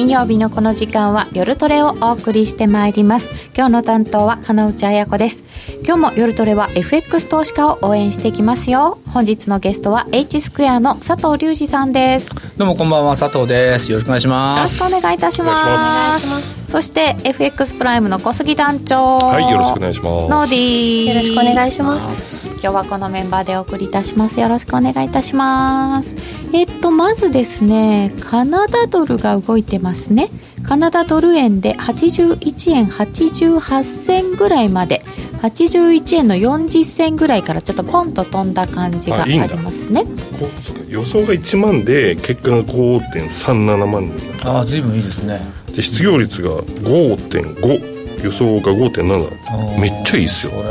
金曜日のこの時間は夜トレをお送りしてまいります。今日の担当は金内彩子です。今日も夜トレは FX 投資家を応援していきますよ。本日のゲストは H スクエアの佐藤隆二さんです。 どうもこんばんは、佐藤です。よろしくお願いします。 よろしくお願いいたします。そして FX プライムの小杉団長、 はい、よろしくお願いします。 ノーディー、 よろしくお願いします。 今日はこのメンバーでお送りいたします。よろしくお願いいたします。まずですね、カナダドルが動いてますね。カナダドル円で81円88銭ぐらいまで、81円の40銭ぐらいからちょっとポンと飛んだ感じがありますね。 予想が1万で結果が 5.37 万人。 ああ、随分いいですね。 で失業率が 5.5、 予想が 5.7、 めっちゃいいですよ。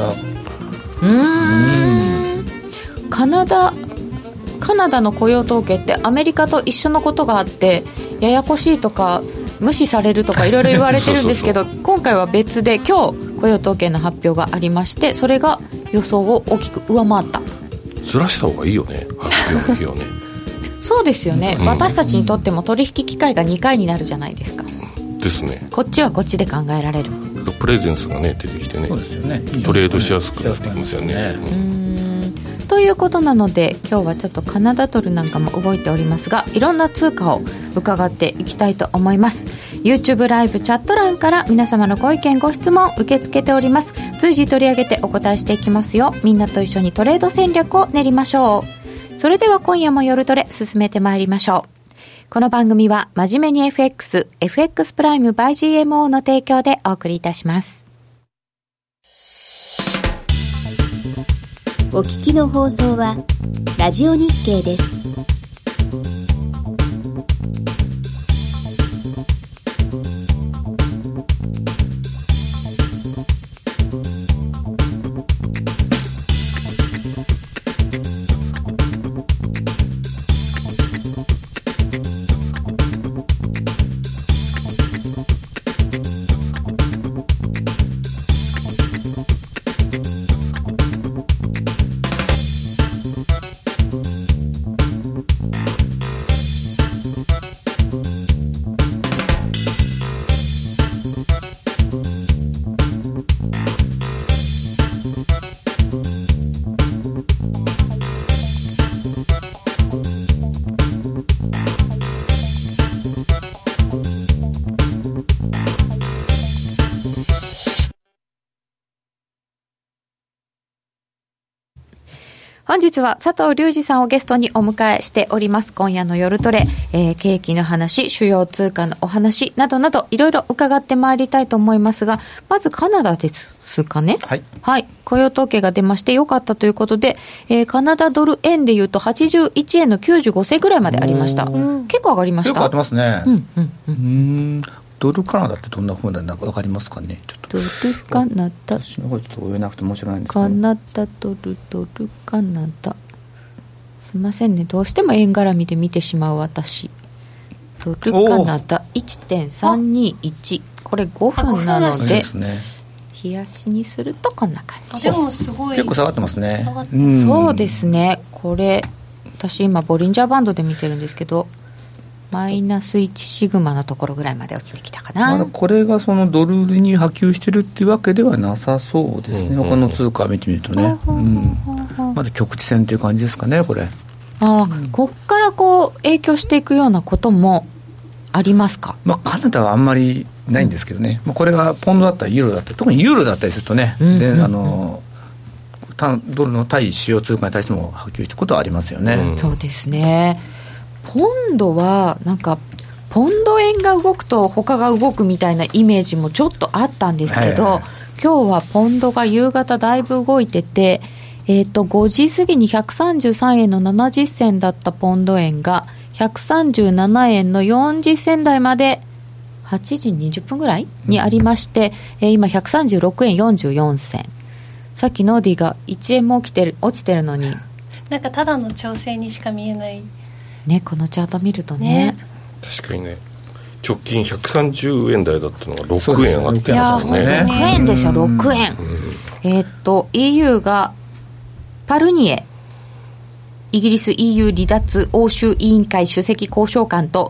カナダの雇用統計ってアメリカと一緒のことがあってややこしいとか無視されるとかいろいろ言われてるんですけどそう今回は別で今日雇用統計の発表がありまして、それが予想を大きく上回った。 ずらした方がいいよね、発表の日をねそうですよね、私たちにとっても取引機会が2回になるじゃないですか。 ですね。 こっちはこっちで考えられる。 プレゼンスがね出てきてね、 そうですよね、 トレードしやすくなってきますよね。 ということなので今日はちょっとカナダドルなんかも動いておりますが、いろんな通貨を伺っていきたいと思います。 YouTube ライブチャット欄から皆様のご意見ご質問受け付けております。随時取り上げてお答えしていきますよ。みんなと一緒にトレード戦略を練りましょう。それでは今夜も夜トレ進めてまいりましょう。この番組は真面目に FX プライム by GMO の提供でお送りいたします。 お聞きの放送はラジオ日経です。 本日は佐藤隆二さんをゲストにお迎えしております。今夜の夜トレ、景気の話、主要通貨のお話などなどいろいろ伺ってまいりたいと思いますが、まずカナダですかね。 はい、 はい、雇用統計が出まして良かったということで、カナダドル円でいうと81円の95銭ぐらいまでありました。結構上がりました。 結構上がってますね。ドルカナダってどんな風なのか分かりますかね。ちょっとドルカナダ、 私の方ちょっと追えなくて面白いんですけど、 カナダドルカナダ、すいませんね、どうしても円絡みで見てしまう私。ドルカナダ 1.321、 これ5分なので冷やしにするとこんな感じ。 でもすごい結構下がってますね。 そうですね。これ私今ボリンジャーバンドで見てるんですけど、マイナス1シグマのところぐらいまで落ちてきたかな。 これがそのドルに波及してるっていうわけではなさそうですね。他の通貨を見てみるとね、まだ局地戦という感じですかね、これ。 こっからこう影響していくようなこともありますか。 カナダはあんまりないんですけどね、これがポンドだったりユーロだったり、特にユーロだったりするとね、ドルの対主要通貨に対しても波及していくことはありますよね。 そうですね。ポンドはなんかポンド円が動くと他が動くみたいなイメージもちょっとあったんですけど、今日はポンドが夕方だいぶ動いてて、5時過ぎに133円の70銭だったポンド円が137円の40銭台まで8時20分ぐらいにありまして、今136円44銭。さっきノーディが1円も落ちてるのになんかただの調整にしか見えないね、このチャート見ると ね確かにね、直近130円台だったのが6円上がってますね。 6円ですよ、6円、EU がパルニエイギリス EU 離脱欧州委員会首席交渉官と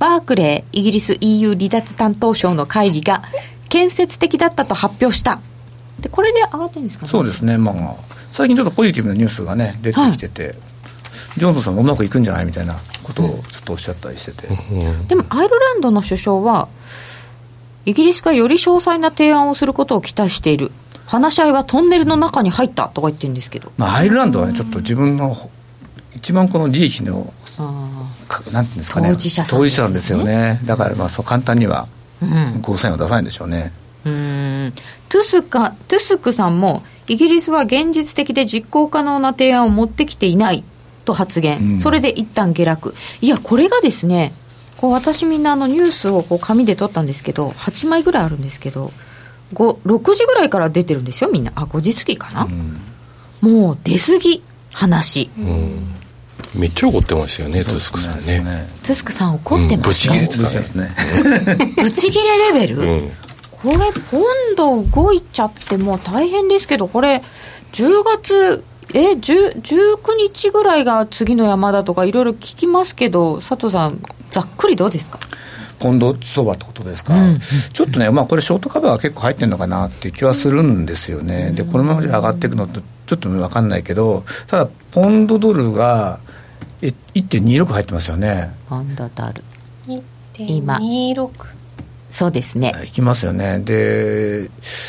バークレーイギリス EU 離脱担当省の会議が建設的だったと発表した。でこれで上がってるんですかね。 そうですね、まあ、最近ちょっとポジティブなニュースがね出てきてて、はい、ジョンソンさんがうまくいくんじゃないみたいなことをちょっとおっしゃったりしてて、 でもアイルランドの首相はイギリスがより詳細な提案をすることを期待している、話し合いはトンネルの中に入ったとか言ってるんですけど、 まあ、アイルランドはねちょっと自分の一番この利益のなんていうんですかね、当事者なんですよね。だからまあそう簡単にはゴーサインを出さないんでしょうね。 トゥスクさんもイギリスは現実的で実行可能な提案を持ってきていないと発言、それで一旦下落。いやこれがですね、こう私みんなニュースをこう紙で撮ったんですけど8枚ぐらいあるんですけど6時ぐらいから出てるんですよみんな。5時過ぎかな、もう出過ぎ話、 めっちゃ怒ってましたよね、トゥスクさんね。 トゥスクさん怒ってました、 ブチ切れてたね。 ブチ切れレベル、これポンド動いちゃってもう大変ですけど、これ10月19日ぐらいが次の山だとかいろいろ聞きますけど、佐藤さんざっくりどうですか。 ポンド相場ってことですか、ちょっとね、まあ、これショートカバーが結構入ってるのかなっていう気はするんですよね。でこのままじゃ上がっていくのってちょっと分かんないけど、ただポンドドルが1.26 入ってますよね。 ポンドドル 1.26 そうですね、 いきますよね。で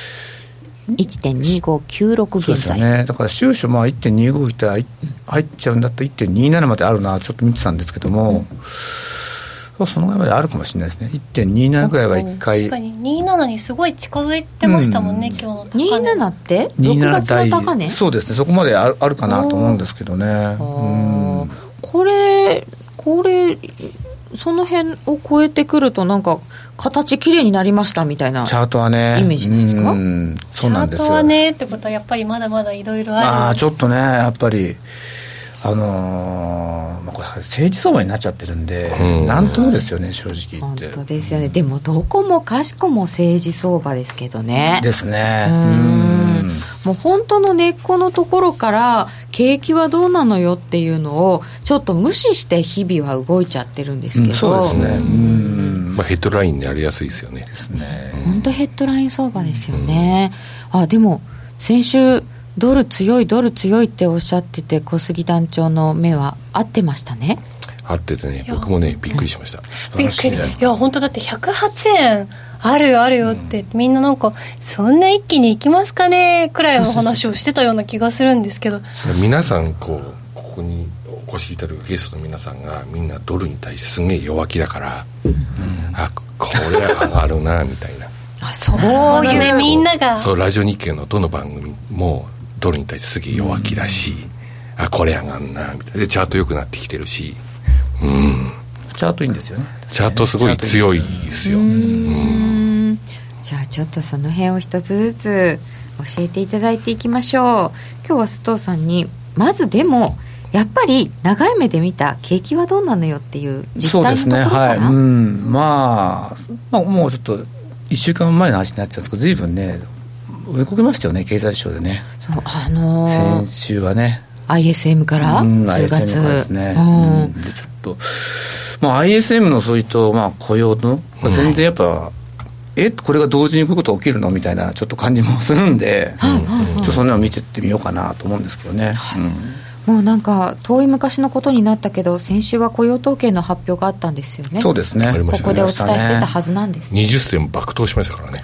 1.2596 現在、そうですよね。だから収支まあ 1.25 いったら入っちゃうんだったら 1.27 まであるなちょっと見てたんですけども、そのぐらいまであるかもしれないですね。 1.27 ぐらいは1回、 確かに27にすごい近づいてましたもんね、今日の高値。 27って6月の高値、 そうですね、そこまであるかなと思うんですけどね。 これその辺を超えてくるとなんか形きれいになりましたみたいなチャートはねイメージですか。 そうなんですよ。チャートはねってことはやっぱりまだまだいろいろある。 ちょっとねやっぱりこれ政治相場になっちゃってるんで、なんともですよね、正直言って。 本当ですよね。でもどこもかしこも政治相場ですけどね。 ですね。 もう本当の根っこのところから景気はどうなのよっていうのをちょっと無視して日々は動いちゃってるんですけど、 そうですね。 ヘッドラインになりやすいですよね。 本当ヘッドライン相場ですよね。でも先週ドル強いっておっしゃってて、小杉団長の目は合ってましたね。 合っててね、僕もねびっくりしました。 びっくり。いや本当だって108円あるよって、みんななんかそんな一気にいきますかねくらいの話をしてたような気がするんですけど、 皆さんここにお越しいただくゲストの皆さんがみんなドルに対してすげえ弱気だから、これ上がるなみたいなそういうね、 みんながそうラジオ日経のどの番組もドルに対してすげえ弱気だし、これ上がんなみたいな。でチャート良くなってきてるし、 チャートいいんですよね。 チャートすごい強いですよ。 じゃあちょっとその辺を一つずつ教えていただいていきましょう。今日は佐藤さんにまずでもやっぱり長い目で見た景気はどうなのよっていう実態のところから。 そうですね、まあもうちょっと1週間前の話になっちゃうんですけど、随分ね追い込みましたよね、経済指標でね。先週はね ISM から10月 ISM からですね、でちょっと、ISM のそういった雇用の全然やっぱ、これが同時にこういうこと起きるのみたいなちょっと感じもするんで、ちょっとそんなの見てってみようかなと思うんですけどね。 もうなんか遠い昔のことになったけど、先週は雇用統計の発表があったんですよね。 そうですね、 ここでお伝えしてたはずなんです。 20銭爆投しましたからね。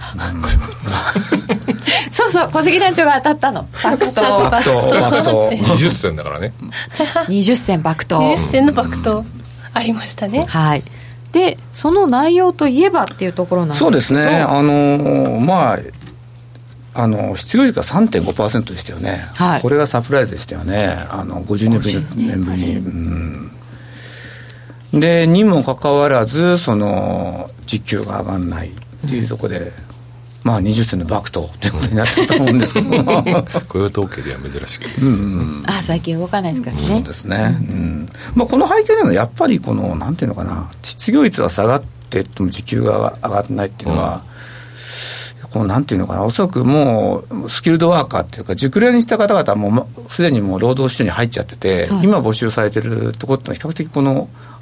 そう小杉団長が当たったの。爆投 20銭だからね。 20銭爆投、 20銭の爆投ありましたね。 でその内容といえばっていうところなんですけど、 そうですね、失業率が 3.5% でしたよね、これがサプライズでしたよね。50年ぶりに、でにもかかわらずその時給が上がらないっていうところで、20銭の爆投ということになったと思うんですけど雇用統計では珍しく最近動かないですからね。 そうですね、この背景なのはやっぱりこのなんていうのかな、失業率が下がってっても時給が上がらないっていうのは、このなんていうのかな、おそらくもうスキルドワーカーっていうか熟練にした方々はもうすでにもう労働市場に入っちゃってて、今募集されてるところって比較的この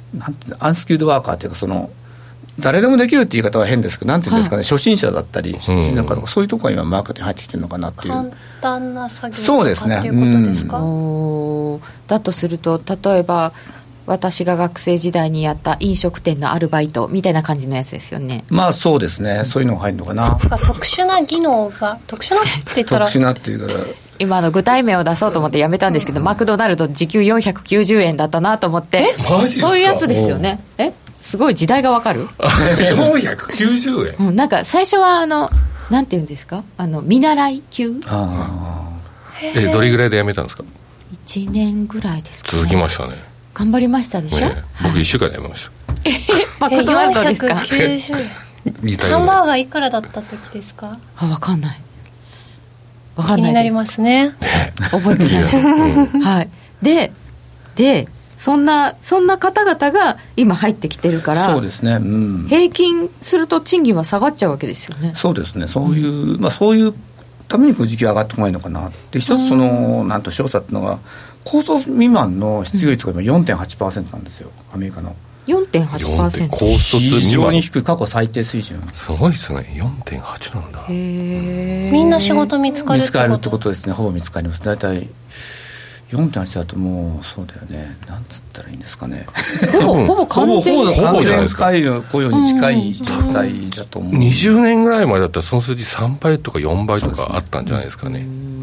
なんてアンスキルドワーカーというかその誰でもできるって言い方は変ですけどなんていうんですかね、初心者だったりなんかそういうところが今マーケットに入ってきてるのかなっていう簡単な作業そうですねっていうことですか、 だとすると例えば私が学生時代にやった飲食店のアルバイトみたいな感じのやつですよね。 まあそうですね、そういうのが入るのかな。 特殊な技能が特殊なって言ったら特殊なっていうか今具体名を出そうと思ってやめたんですけど、マクドナルド時給490円だったなと思って。 マジですか。 そういうやつですよね。すごい時代がわかる 490円、 なんか最初はなんていうんですか見習い級どれぐらいで辞めたんですか。 1年ぐらいですか、ね、 続きましたね。 頑張りましたでしょ、 僕1週間で辞めましたマクドナルドですか。 490円ハンバーガーいくらだった時ですか。 分かんない気になりますね。 覚えてないはいでそんな方々が今入ってきてるからそうですね、 平均すると賃金は下がっちゃうわけですよね。 そうですね、そういう、そういうために時給上がってこないのかな。で一つなんと調査っていうのが高卒未満の失業率が今 4.8% なんですよ、アメリカの 4.8%。 高卒非未満常に低い過去最低水準。 すごいですね。 4.8 なんだ。 みんな仕事見つかるってことですね。ほぼ見つかります。だいたい 4.8 だともうそうだよね、なんつったらいいんですかねほぼ完全ほぼじゃないですか。 雇用に近い状態だと思う。 20年ぐらい前だったらその数字3倍とか4倍とかあったんじゃないですかね。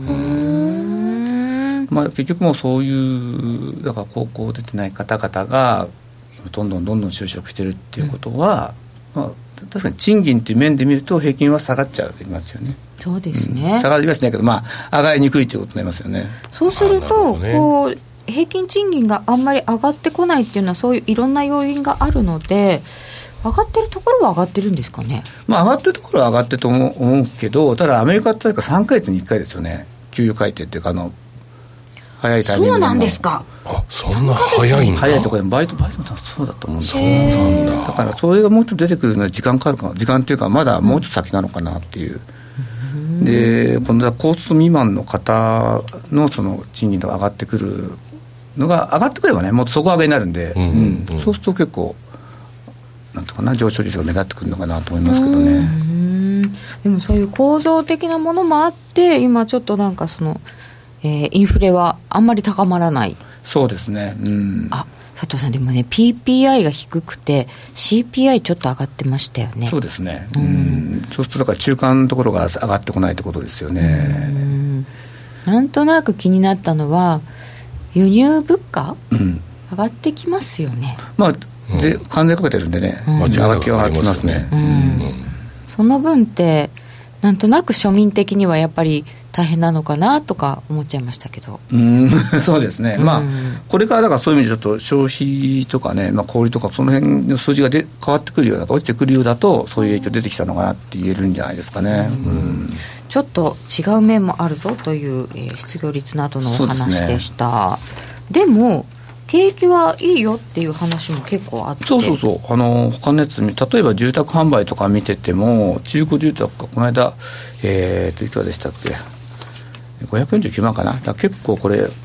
結局もうそういうだから高校出てない方々がどんどん就職してるっていうことは、確かに賃金っていう面で見ると平均は下がっちゃいますよね。 そうですね、 下がりはしないけど、上がりにくいということになりますよね。 そうするとこう平均賃金があんまり上がってこないっていうのはそういういろんな要因があるので、上がってるところは上がってるんですかね。 上がってるところは上がってると思うけど、ただアメリカって3ヶ月に1回ですよね、給与改定っていうか早いタイミングでも。 そうなんですか。 そんな早いんだ。 早いところでバイトもそうだと思うんですよ。 そうなんだ。 だからそれがもうちょっと出てくるのは時間かかるか、時間っていうかまだもうちょっと先なのかなっていう、でこの高卒未満の方のその賃金とか上がってくるのが上がってくればね、もっと底上げになるんで、そうすると結構なんとかな上昇率が目立ってくるのかなと思いますけどね。 でもそういう構造的なものもあって今ちょっとなんかインフレはあんまり高まらない。 そうですね、 佐藤さんでもね PPI が低くて CPI ちょっと上がってましたよね。 そうですね、そうするとだから中間のところが上がってこないってことですよね。 なんとなく気になったのは輸入物価、上がってきますよね。 関税かけてるんでね、上がってきますね。 その分ってなんとなく庶民的にはやっぱり大変なのかなとか思っちゃいましたけど。 そうですね、これからだからそういう意味でちょっと消費とかね、小売とかその辺の数字が変わってくるようだと、落ちてくるようだとそういう影響出てきたのかなって言えるんじゃないですかね。 ちょっと違う面もあるぞという、失業率などのお話でした。 でも景気はいいよっていう話も結構あって。 そう他のやつに例えば住宅販売とか見てても中古住宅がこの間いくらでしたっけ、549万かな。だから結構これ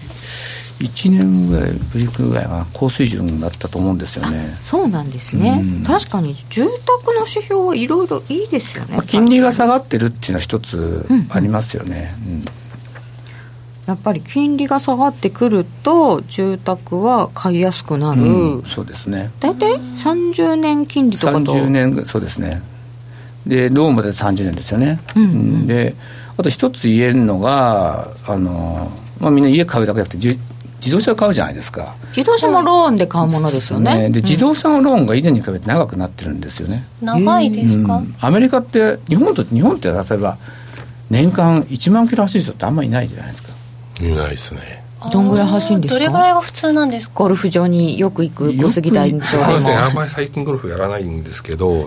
1年ぐらいぶりぐらいは高水準だったと思うんですよね。 そうなんですね、確かに住宅の指標はいろいろいいですよね。 金利が下がってるっていうのは一つありますよね。 やっぱり金利が下がってくると住宅は買いやすくなる、 そうですね。 大体30年金利とかと 30年、そうですね。でローンまで30年ですよね。であと一つ言えるのがみんな家買うだけじゃなくて自動車を買うじゃないですか。 自動車もローンで買うものですよね。 で自動車のローンが以前に比べて長くなってるんですよね。 長いですか。 アメリカって日本って例えば年間1万キロ走る人ってあんまりいないじゃないですか。 いないですね。 どんぐらい走るんですか。 どれぐらいが普通なんですか。 ゴルフ場によく行く小杉台長でもあんまり最近ゴルフやらないんですけど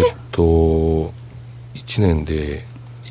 1年で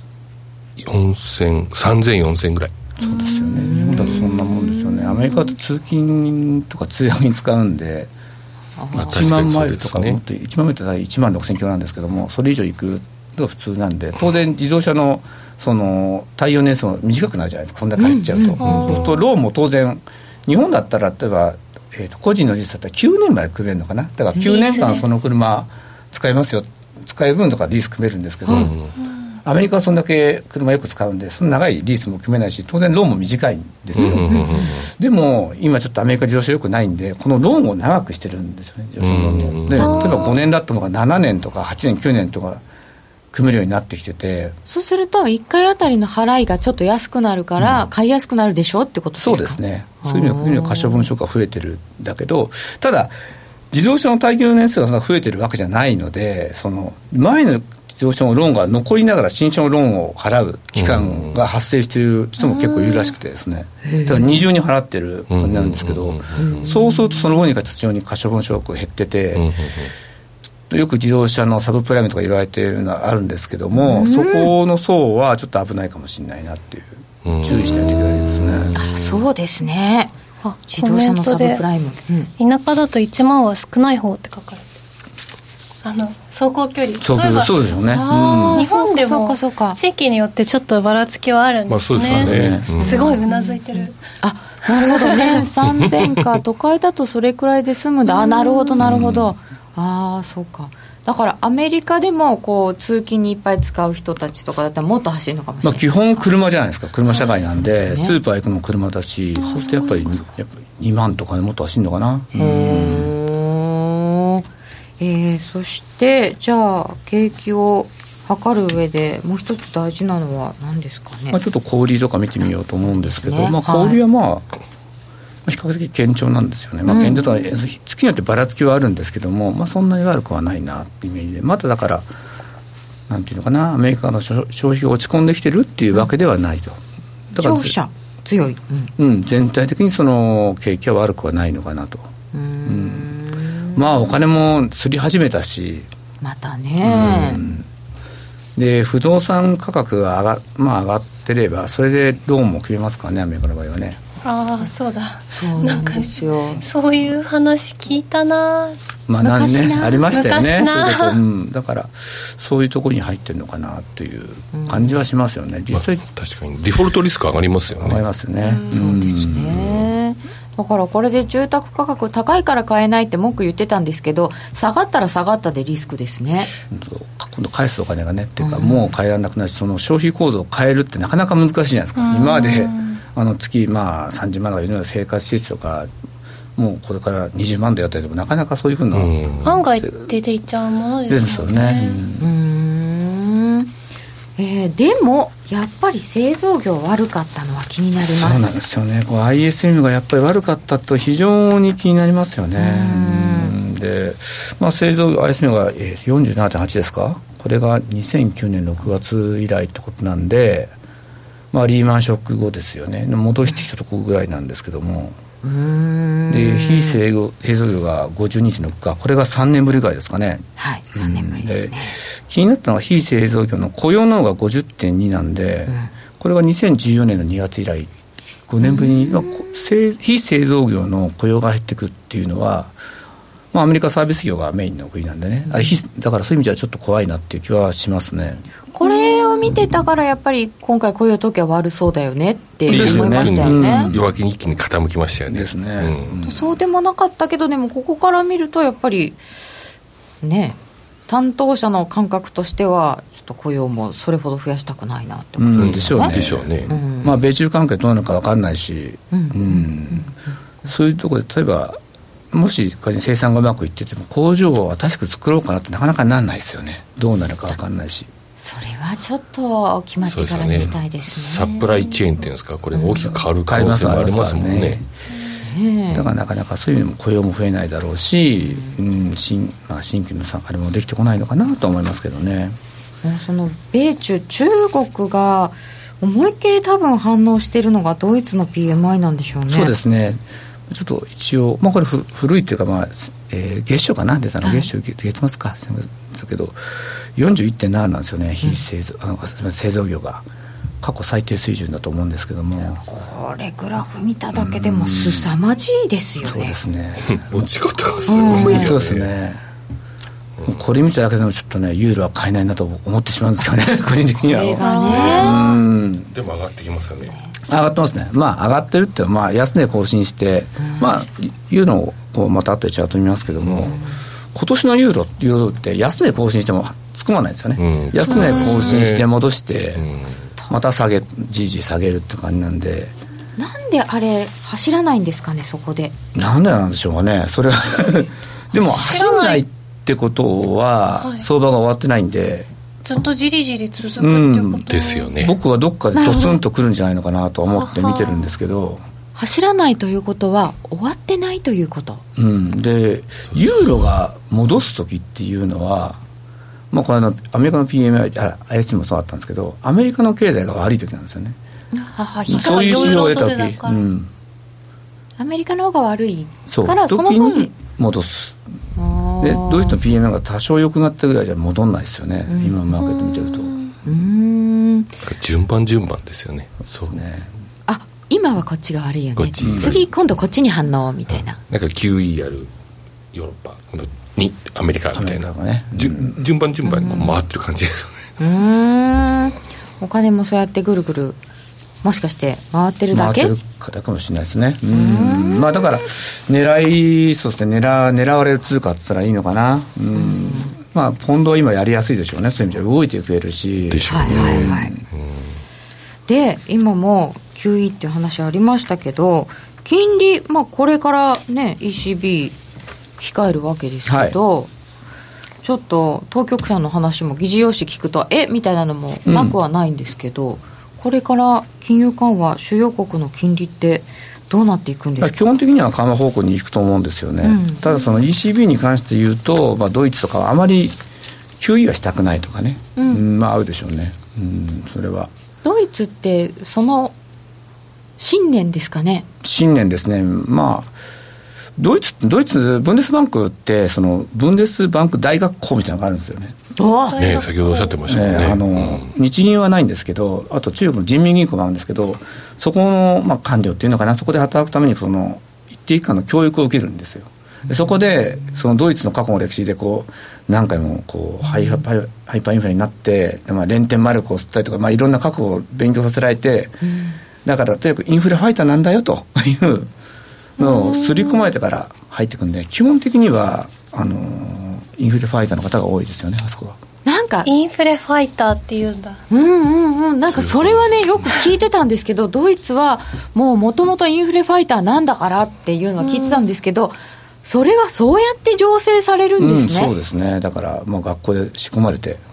3000、4000ぐらい。 そうですよね。日本だとそんなもんですよね。アメリカだと通勤とか通学に使うんで1万マイルとかもっと1万マイルって1万6000キロなんですけども、それ以上行くのが普通なんで、当然自動車のその耐用年数も短くなるじゃないですか、そんな走っちゃうと。そうするとローンも当然日本だったら例えば個人のリースだったら9年まで組めるのかな。だから9年間その車使えますよ、使える分とかリース組めるんですけど、アメリカはそんだけ車よく使うんで、その長いリースも組めないし、当然ローンも短いんですよ。でも今ちょっとアメリカ自動車良くないんで、このローンを長くしてるんですよね。自動車ローンで例えば5年だったのが7年とか8年9年とか組めるようになってきてて、 そうすると1回あたりの払いがちょっと安くなるから、買いやすくなるでしょってことですか。 そうですね。そういう意味では可処分所が増えてるんだけど、ただ自動車の耐久年数がそんな増えてるわけじゃないので、その前の自動車のローンが残りながら新車のローンを払う期間が発生している人も結構いるらしくてですね、だから二重に払ってることになるんですけど、そうするとそのローンに関して非常に可処分所が減ってて、よく自動車のサブプライムとか言われているのはあるんですけども、そこの層はちょっと危ないかもしれないなっていう、注意しないといけないですね。 そうですね。自動車のサブプライム、 田舎だと1万は少ない方って書かれて、走行距離、 そうですよね。 日本でも地域によってちょっとばらつきはあるんですね。 そうですよね。 すごいうなずいてる。 なるほどね。3000か都会だとそれくらいで済むんだ。なるほどなるほど。そうか。だからアメリカでもこう通勤にいっぱい使う人たちとかだったらもっと走るのかもしれない。 基本車じゃないですか。車社会なんで、スーパー行くのも車だし、そうするとやっぱり2万とかでもっと走るのかな。 そしてじゃあ景気を測る上でもう一つ大事なのは何ですかね。 ちょっと小売りとか見てみようと思うんですけど、小売りは比較的堅調なんですよね。堅調とは月によってばらつきはあるんですけども、そんなに悪くはないなってイメージで、まただからなんていうのかな、アメリカの消費が落ち込んできてるっていうわけではないと。 だから消費者強い、 全体的にその景気は悪くはないのかなと。お金もつり始めたし、 またね、 で不動産価格が上がってればそれでローンも組めますからね、アメリカの場合はね。 そうだ、 そうなんですよ。 そういう話聞いたな。 ありましたよね。 そういうこと、だからそういうところに入ってるのかなという感じはしますよね、実際。 確かにデフォルトリスク上がりますよね。 上がりますよね。 そうですね。だからこれで住宅価格高いから買えないって文句言ってたんですけど、下がったら下がったでリスクですね。 今度返すお金がねっていうか、もう変えられなくなるし、その消費行動を変えるってなかなか難しいじゃないですか。今まで月30万とかいうような生活施設とか、もうこれから20万でやったりとか、なかなかそういうふうな案外出ていっちゃうものですよね。 でもやっぱり製造業悪かったのは気になります。 そうなんですよね。ISM がやっぱり悪かったと非常に気になりますよね。で、製造業 ISM が 47.8 ですか。これが2009年6月以来ってことなんで、リーマンショック後ですよね。戻してきたところぐらいなんですけども、で非製造業が 52.6 か、これが3年ぶりぐらいですかね。 はい、3年ぶりですね。 気になったのは非製造業の雇用の方が 50.2 なんで、これが2014年の2月以来5年ぶりに、非製造業の雇用が減ってくっていうのは、アメリカサービス業がメインの国なんでね、だからそういう意味ではちょっと怖いなっていう気はしますね。 これを見てたからやっぱり今回雇用統計は悪そうだよねって思いましたよね。 弱気に一気に傾きましたよね。 ですね。 そうでもなかったけど、でもここから見るとやっぱりね、担当者の感覚としてはちょっと雇用もそれほど増やしたくないなってことですね。 でしょうね。米中関係どうなのか分かんないし、そういうところで例えばもし仮に生産がうまくいってても工場を新しく作ろうかなってなかなかなんないですよね。どうなるか分かんないし。 それはちょっと決まってからにしたいですね。 サプライチェーンっていうんですか、これ大きく変わる可能性もありますもんね。 だからなかなかそういう意味でも雇用も増えないだろうし、新規のあれもできてこないのかなと思いますけどね。 その米中国が思いっきり多分反応しているのがドイツの PMI なんでしょうね。 そうですね。ちょっと一応、これ古いっていうか、月初かな、出たの、月末かだけど 41.7 なんですよね。非製造製造業が過去最低水準だと思うんですけども、 これグラフ見ただけでも凄まじいですよね。 そうですね。 落ち方がすごいよね。 そうですね。これ見ただけでもちょっとね、ユーロは買えないなと思ってしまうんですよね、個人的には。 これがね、 でも上がってきますよね。 上がってますね。まあ上がってるって、まあ安値更新して、まあいうのをこうまた後でチャート見ますけども、今年のユーロって安値更新しても突っ込まないんですよね。安値更新して戻して、またじいじ下げるって感じなんで。 なんであれ走らないんですかね、そこで。 なんでなんでしょうかね、それはでも走らないってことは相場が終わってないんで、 ずっとじりじり続くっていうこと、 ですよね。 僕はどっかでドツンとくるんじゃないのかなと思って見てるんですけど、 走らないということは終わってないということ、 でユーロが戻す時っていうのは、まあ、これアメリカの PMI ISM もそうだったんですけど、アメリカの経済が悪い時なんですよね。そういう指標を得た時、 アメリカの方が悪いそうからその時に戻す。でドイツの PMI が多少良くなったぐらいじゃ戻んないですよね、今マーケット見てると。 順番ですよね。そうね。 あ、今はこっちが悪いよね、次今度こっちに反応みたいな。 なんか QE あるヨーロッパにアメリカみたいな、ね、順番にこう回ってる感じですよね。 お金もそうやってぐるぐるもしかして回ってるだけ？ 回ってる方かもしれないですね。まあだから狙われる通貨って言ったらいいのかな。まあポンドは今やりやすいでしょうね。そういう意味では動いてくれるし。 でしょうね。 で今も QE っていう話ありましたけど、金利、まあこれからね ECB 控えるわけですけど、ちょっと当局者の話も議事要旨聞くとみたいなのもなくはないんですけど、これから金融緩和主要国の金利ってどうなっていくんですか？ 基本的には緩和方向に行くと思うんですよね、ただその ECB に関して言うと、まあ、ドイツとかはあまり QE はしたくないとかね、まあ合うでしょうね。それはドイツってその信念ですかね。 信念ですね。まあドイツブンデスバンクってそのブンデスバンク大学校みたいなのがあるんですよね。 先ほどおっしゃってましたね。 日銀はないんですけど、あと中国の人民銀行もあるんですけど、そこの、まあ、官僚っていうのかな、そこで働くためにその一定期間の教育を受けるんですよ。でそこでそのドイツの過去の歴史でこう何回もこうハイパーインフレになって、まあ、連天マルクを吸ったりとか、まあ、いろんな過去を勉強させられて、だからとにかくインフレファイターなんだよというのを刷り込まれてから入っていくんで、基本的にはインフレファイターの方が多いですよね、あそこは。 なんかインフレファイターっていうんだ。 なんかそれはねよく聞いてたんですけど、ドイツはもともとインフレファイターなんだからっていうのは聞いてたんですけど、それはそうやって醸成されるんですね。 そうですね。だからもう学校で仕込まれて、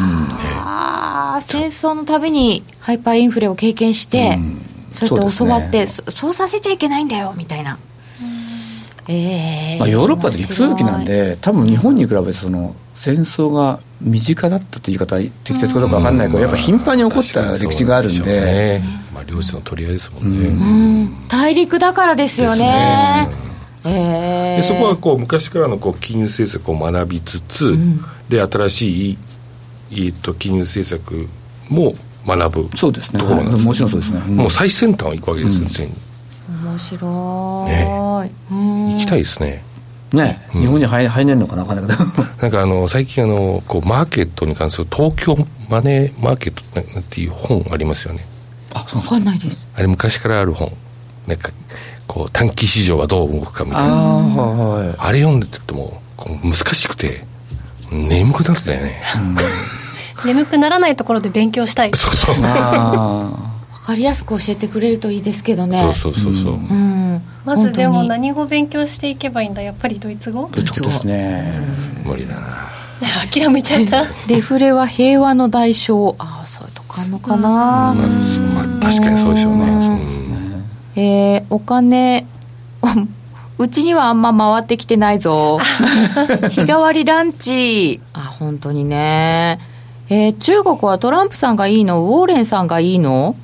戦争のたびにハイパーインフレを経験して、そうやって教わって、そうさせちゃいけないんだよみたいな。 まあ、ヨーロッパで陸続きなんで、多分日本に比べてその戦争が身近だったという言い方は適切かどうか分かんないけど、やっぱ頻繁に起こった歴史があるんで、 まあ、両者の取り合いですもんね。 大陸だからですよね。 でそこはこう昔からのこう金融政策を学びつつ、で新しい、金融政策も学ぶ。 そうですね。 ところなんです、 もちろんそうですね。 もう最先端を行くわけですよ、常に。 面白い、 行きたいですね。 日本に入れるのかな、分かんないけどなんか最近こうマーケットに関する東京マネーマーケットなんていう本ありますよね。 分かんないです。 あれ昔からある本、なんかこう短期市場はどう動くかみたいな、あれ読んでてもこう難しくて眠くなるんだよね。 眠くならないところで勉強したい。 そう分かりやすく教えてくれるといいですけどね。 そう、 まずでも何語勉強していけばいいんだ。やっぱりドイツ語。 ドイツ語ですね。 無理だな。 諦めちゃった。 デフレは平和の代償。そういうとこあるのかな。 まあ、確かにそうでしょうね。 お金うちにはあんま回ってきてないぞ。日替わりランチ。本当にね。中国はトランプさんがいいの、ウォーレンさんがいいの。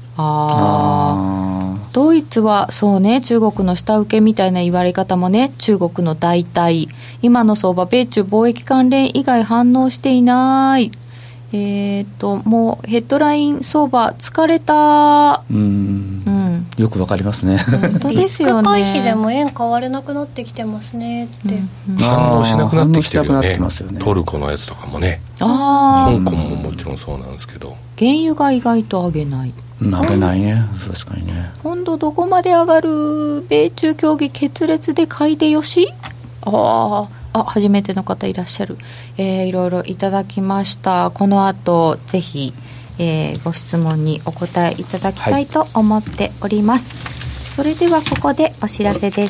ドイツはそうね、中国の下請けみたいな言われ方もね、中国の代替。今の相場、米中貿易関連以外反応していない。もうヘッドライン相場疲れた。 よくわかりますね。 本当ですよね。 リスク回避でも円買われなくなってきてますねって、 反応しなくなってきてるよね。 よね。 トルコのやつとかもね、香港ももちろんそうなんですけど、 原油が意外と上げない。 上げないね、確かにね。 今度どこまで上がる？米中協議決裂で買いでよし？初めての方いらっしゃる。いろいろいただきました。この後ぜひ、ご質問にお答えいただきたいと思っております、それではここでお知らせです。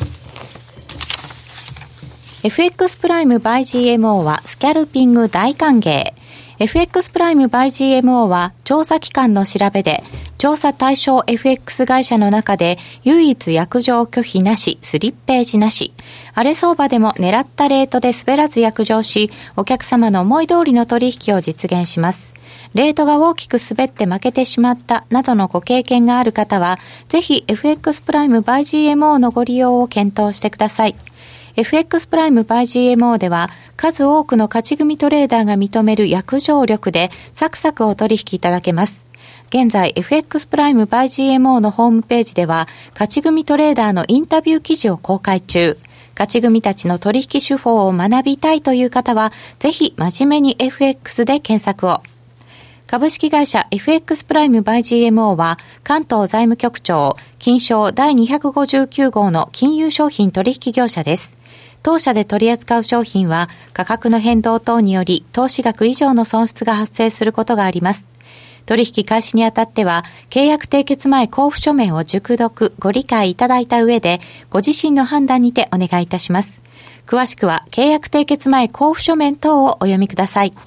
FX プライム by GMO はスキャルピング大歓迎。 FX プライム by GMO は調査機関の調べで調査対象 FX 会社の中で唯一約定拒否なし、スリッページなし、荒れ相場でも狙ったレートで滑らず約定し、お客様の思い通りの取引を実現します。レートが大きく滑って負けてしまったなどのご経験がある方は、ぜひ FX プライム by GMO のご利用を検討してください。FX プライム by GMO では数多くの勝ち組トレーダーが認める約定力でサクサクお取引いただけます。現在 FX プライム by GMO のホームページでは勝ち組トレーダーのインタビュー記事を公開中。勝ち組たちの取引手法を学びたいという方はぜひ真面目に FX で検索を。株式会社 FX プライム by GMO は関東財務局長金商第259号の金融商品取引業者です。当社で取り扱う商品は価格の変動等により投資額以上の損失が発生することがあります。取引開始にあたっては契約締結前交付書面を熟読ご理解いただいた上でご自身の判断にてお願いいたします。詳しくは契約締結前交付書面等をお読みください。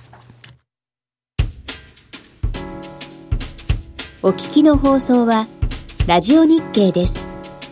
お聞きの放送はラジオ日経です。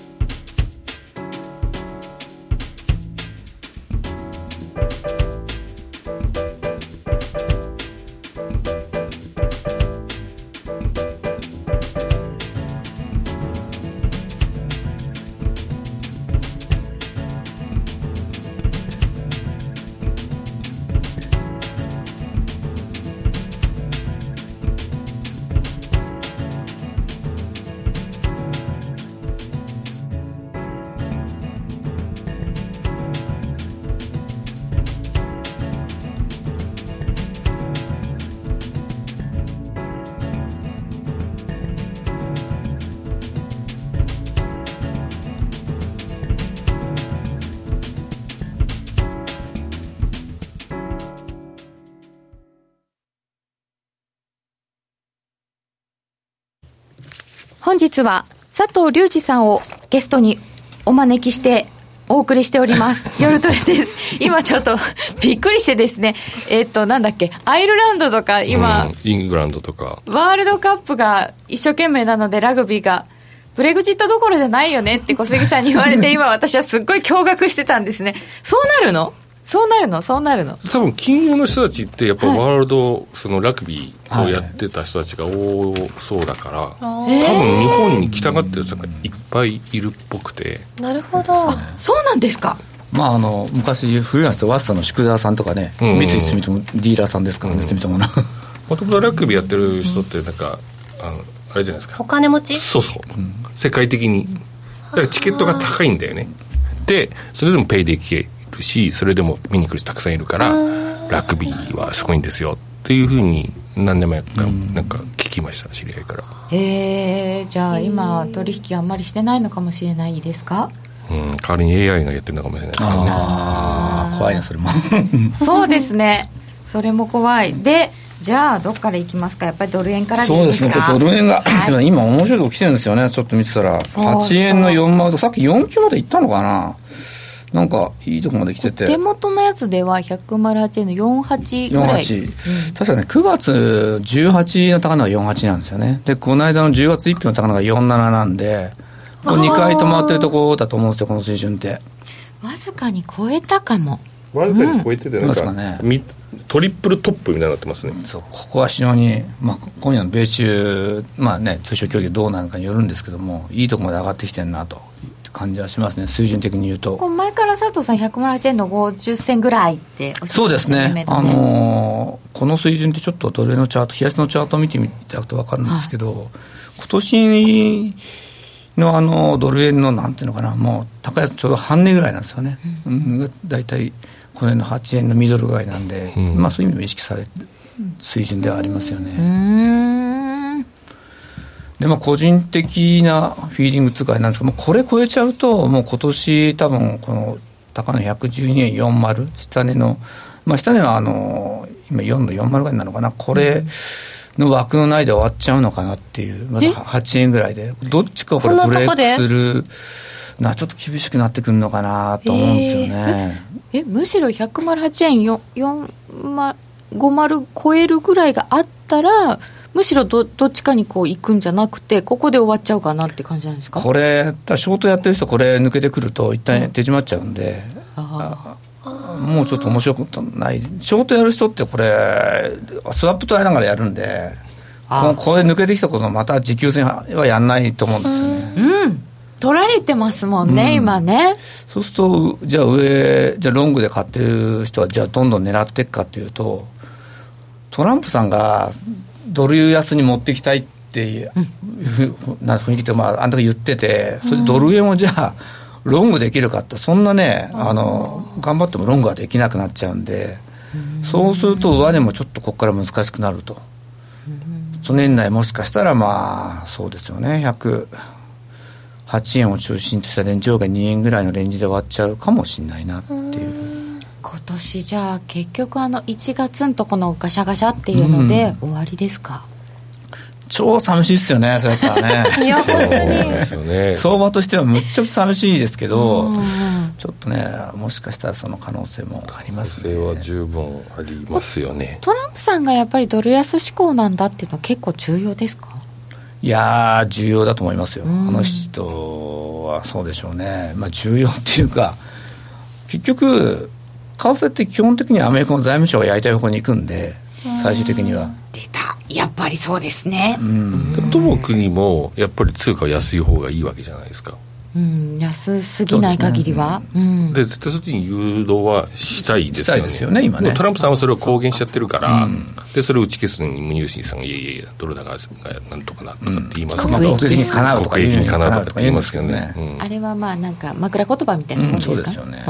本日は佐藤隆二さんをゲストにお招きしてお送りしております夜トレです。今ちょっとびっくりしてですね、なんだっけ、アイルランドとか今、 イングランドとかワールドカップが一生懸命なのでラグビーがブレグジットどころじゃないよねって小杉さんに言われて今私はすっごい驚愕してたんですね。そうなるの多分金融の人たちってやっぱワールド、そのラグビーをやってた人たちが多そうだから、多分日本に来たがってる人がいっぱいいるっぽくて。 なるほど。 そうなんですか。 昔フリーランスとワッサの宿澤さんとかね、三井住友ディーラーさんですからね、住友のもともとラグビーやってる人ってなんかあれじゃないですか、 お金持ち。 そう、世界的にだからチケットが高いんだよね。でそれでもペイできるし、それでも見に来る人たくさんいるからラグビーはすごいんですよっていうふうに何年前かなんか聞きました、知り合いから。 じゃあ今取引あんまりしてないのかもしれないですか。 代わりに AI がやってるのかもしれないですからね。 怖いなそれもそうですね、それも怖い。でじゃあどっからいきますか。やっぱりドル円からでいいですか。 そうですね、ちょっとドル円が、はい、今面白いとこ来てるんですよね。ちょっと見てたら8円の4マウント、さっき4級まで行ったのかな、なんかいいとこまで来てて、 手元のやつでは108円の48ぐらい、 確かね9月18の高値は48なんですよね。でこの間の10月1日の高値が47なんで、こう2回止まってるところだと思うんですよ、この水準って。 わずかに超えたかも。 わずかに超えてて、なんか、トリプルトップみたいになってますね。 そう、ここは非常に、今夜の米中、通商協議どうなるかによるんですけども、いいところまで上がってきてるなと感じはしますね、水準的に言うと。 前から佐藤さん108円の50銭ぐらいっておっしゃってましたね。 そうですね、この水準ってちょっとドルのチャート、冷やしのチャートを見てみたくて分かるんですけど、今年のドル円のなんていうのかな、もう高いやつちょうど半値ぐらいなんですよね、だいたいこの辺の8円のミドルぐらいなんで、そういう意味でも意識される水準ではありますよね。 で個人的なフィーリングというかなんですけど、もうこれ超えちゃうともう今年多分この高値112円40下値の、下値は今4の40ぐらいなのかな、これの枠の内で終わっちゃうのかなっていう、まだ8円ぐらいでどっちかこれブレイクするな、ちょっと厳しくなってくるのかなと思うんですよね。 むしろ108円450超えるぐらいがあったらむしろどっちかにこう行くんじゃなくてここで終わっちゃうかなって感じなんですか。 これショートやってる人これ抜けてくると一旦手締まっちゃうんで、もうちょっと面白くない。ショートやる人ってこれスワップとやりながらやるんで、これ抜けてきたことまた持久戦はやんないと思うんですよね。 取られてますもんね、今ね。 そうするとじゃあロングで買ってる人はじゃあどんどん狙っていくかというと、トランプさんがドル安に持っていきたいっていう雰囲気ってあんだけ言ってて、それでドル円をじゃあロングできるかって、そんなね頑張ってもロングはできなくなっちゃうんで、そうすると上値もちょっとここから難しくなると。年内もしかしたらそうですよね、108円を中心としたレンジ上下2円ぐらいのレンジで終わっちゃうかもしれないなっていう。 今年じゃあ結局1月のとこのガシャガシャっていうので終わりですか。 超寂しいですよね、それだったらね。 いやそうですよね。 相場としてはむっちゃ寂しいですけど、ちょっとねもしかしたらその可能性もありますね。 可能性は十分ありますよね。 トランプさんがやっぱりドル安志向なんだっていうのは結構重要ですか。 いや重要だと思いますよ。人はそうでしょうね。重要っていうか、結局為替って基本的にはアメリカの財務省がやりたい方向に行くんで、最終的には出た、やっぱりそうですね。 どの国もやっぱり通貨は安い方がいいわけじゃないですか。 安すぎない限りは、 で絶対そっちに誘導はしたいですよね。 したいですよね今ね。 トランプさんはそれを公言しちゃってるから、でそれを打ち消すのにムニューシーさんがいやドル高がなんとかなとかって言いますけど、 国益にかなうとか国益にかなうとかって言いますけどね。 あれはなんか枕言葉みたいなもんですか。 そうですよね。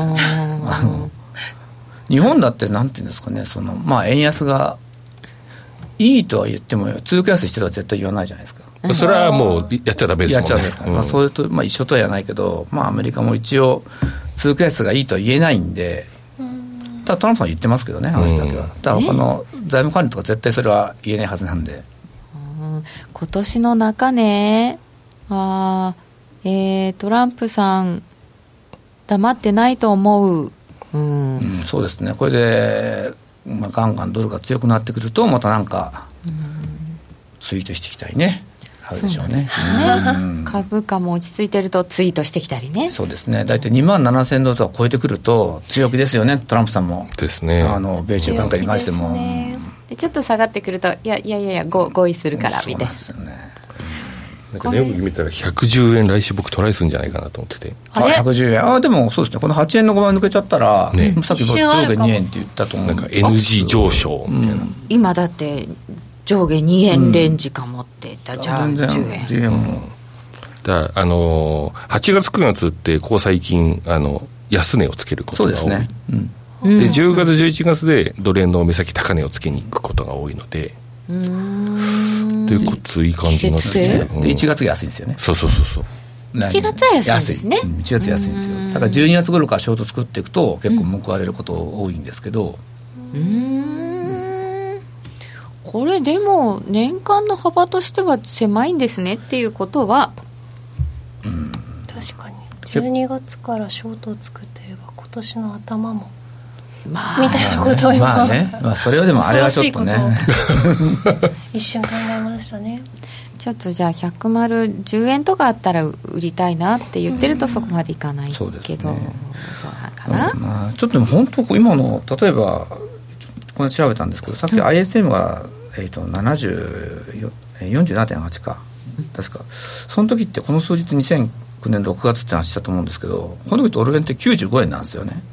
日本だってなんていうんですかね、円安がいいとは言っても通貨安いしてるは絶対言わないじゃないですか。 それはもうやっちゃダメですもんね。 やっちゃダメですから、それと一緒とは言わないけど、アメリカも一応通貨安がいいとは言えないんで、ただトランプさんは言ってますけどね、話だけは。ただ他の財務管理とか絶対それは言えないはずなんで。 今年の中ね、トランプさん黙ってないと思う。 そうですね。これで、ガンガンドルが強くなってくるとまたなんかツイートしていきたいね、あるでしょうね。 株価も落ち着いてるとツイートしてきたりね。 そうですね。大体27,000ドルとか超えてくると強気ですよね、トランプさんもですね。 米中関係に関しても、 でちょっと下がってくるといや合意するからみたいな。 そうなんですよね。 なんかよく見たら110円来週僕トライするんじゃないかなと思ってて。 110円。でもそうですね。この8円の5倍抜けちゃったら、さっき上下2円って言ったと思う。 なんか NG 上昇みたいな。 今だって上下2円レンジかもって言ったら、じゃあ10円も。 だから8月9月ってここ最近安値をつけることが多い。 そうですね。 で10月11月でドル円の目先高値をつけに行くことが多いので。でこっついい感じになってきて、 で1月が安いんですよね。 そう 1月は安いですね。 1月安いんですよ。だから12月頃からショート作っていくと結構報われること多いんですけど、 これでも年間の幅としては狭いんですねっていうことは、 確かに12月からショートを作ってれば今年の頭もみたいなことを今、 それはでもあれはちょっとね一瞬考えましたね。 ちょっとじゃあ110円とかあったら売りたいなって言ってるとそこまでいかないけど、どうなんかな。ちょっとでも本当今の例えばこれ調べたんですけど、さっき ISM が、47.8 か確か、その時ってこの数字って2009年6月って話したと思うんですけど、この時ドル円って95円なんですよね。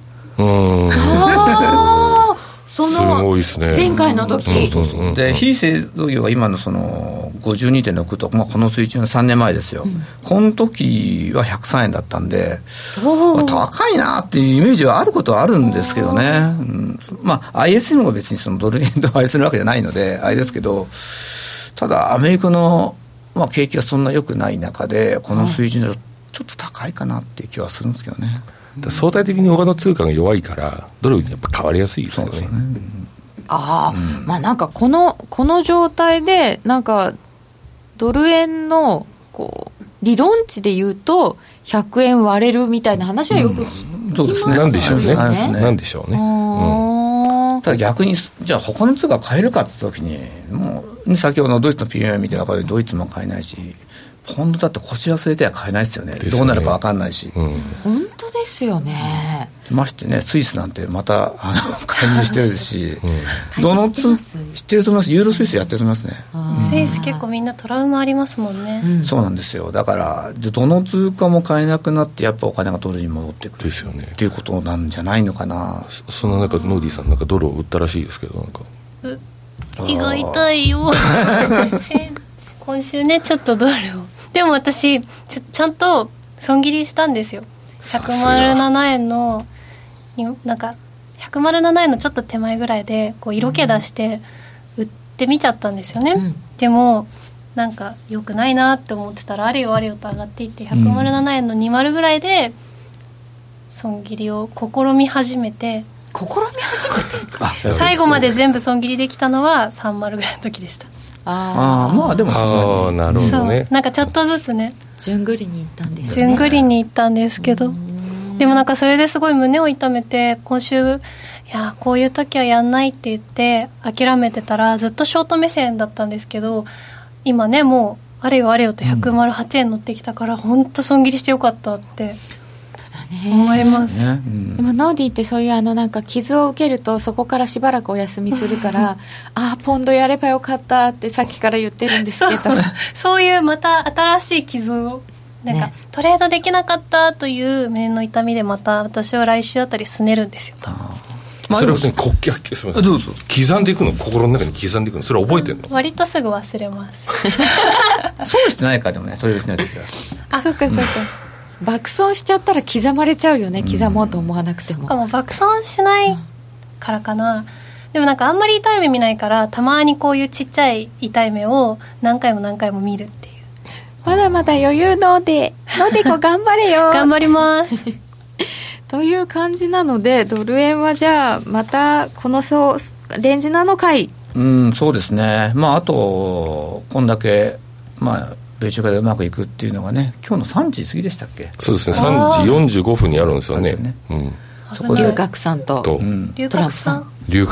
その前回の時で非製造業が今のその 52.6 と、この水準3年前ですよ、この時は103円だったんで、高いなっていうイメージはあることはあるんですけどね、ISM が別にそのドル円と愛するわけじゃないのであれですけど、ただアメリカのまあ、景気がそんな良くない中でこの水準でちょっと高いかなっていう気はするんですけどね。 相対的に他の通貨が弱いからドルやっぱ変わりやすいですよね。 まあなんかこの状態でなんかドル円のこう理論値で言うと100円割れるみたいな話はよく聞きますよね。 なんでしょうね。なんでしょうね。 ただ逆にじゃあ他の通貨買えるかって時にもう先ほどのドイツの PMI 見て分かるようにドイツも買えないしポンドだって腰忘れては買えないですよね。どうなるか分かんないし、 本当ですよね。 ましてねスイスなんてまた介入してるし、どの通知ってると思います。ユーロスイスやってると思いますね。 スイス結構みんなトラウマありますもんね。 そうなんですよ。だからどの通貨も買えなくなってやっぱお金がドルに戻ってくるですよねっていうことなんじゃないのかな。 そんな中ノーディーさんなんかドルを売ったらしいですけどなんか胃が痛いよ今週ねちょっとドルをでも私ちゃんと損切りしたんですよ。107円のなんか107円のちょっと手前ぐらいでこう色気出して売ってみちゃったんですよね、でもなんか良くないなって思ってたらあれよあれよと上がっていって107円の20ぐらいで損切りを試み始めて最後まで全部損切りできたのは30ぐらいの時でした。 まあでもなるほどね。 なんかちょっとずつね順繰りに行ったんですね。 順繰りに行ったんですけど、でもなんかそれですごい胸を痛めて今週いやこういう時はやんないって言って諦めてたらずっとショート目線だったんですけど今ねもうあれよあれよと108円乗ってきたから本当損切りしてよかったって思います。 でもノーディーってそういうなんか傷を受けるとそこからしばらくお休みするからポンドやればよかったってさっきから言ってるんですけどそういうまた新しい傷をなんか、トレードできなかったという胸の痛みでまた私は来週あたりすねるんですよ。 それをねすみませんどうぞ刻んでいくの心の中に刻んでいくのそれ覚えてるの割とすぐ忘れますそうしてないかでもねトレードしないときはそうか爆損しちゃったら刻まれちゃうよね。刻もうと思わなくてももう爆損しないからかな。でもなんかあんまり痛い目見ないからたまにこういうちっちゃい痛い目を何回も何回も見るっていう。 まだまだ余裕のでこ頑張れよ頑張りますという感じなのでドル円はじゃあまたこのレンジなのかい。 そうですね。あとこんだけ米中化でうまくいくっていうのがね今日の3時過ぎでしたっけ。 そうですね3時45分にあるんですよね。 そこで龍角散と龍角散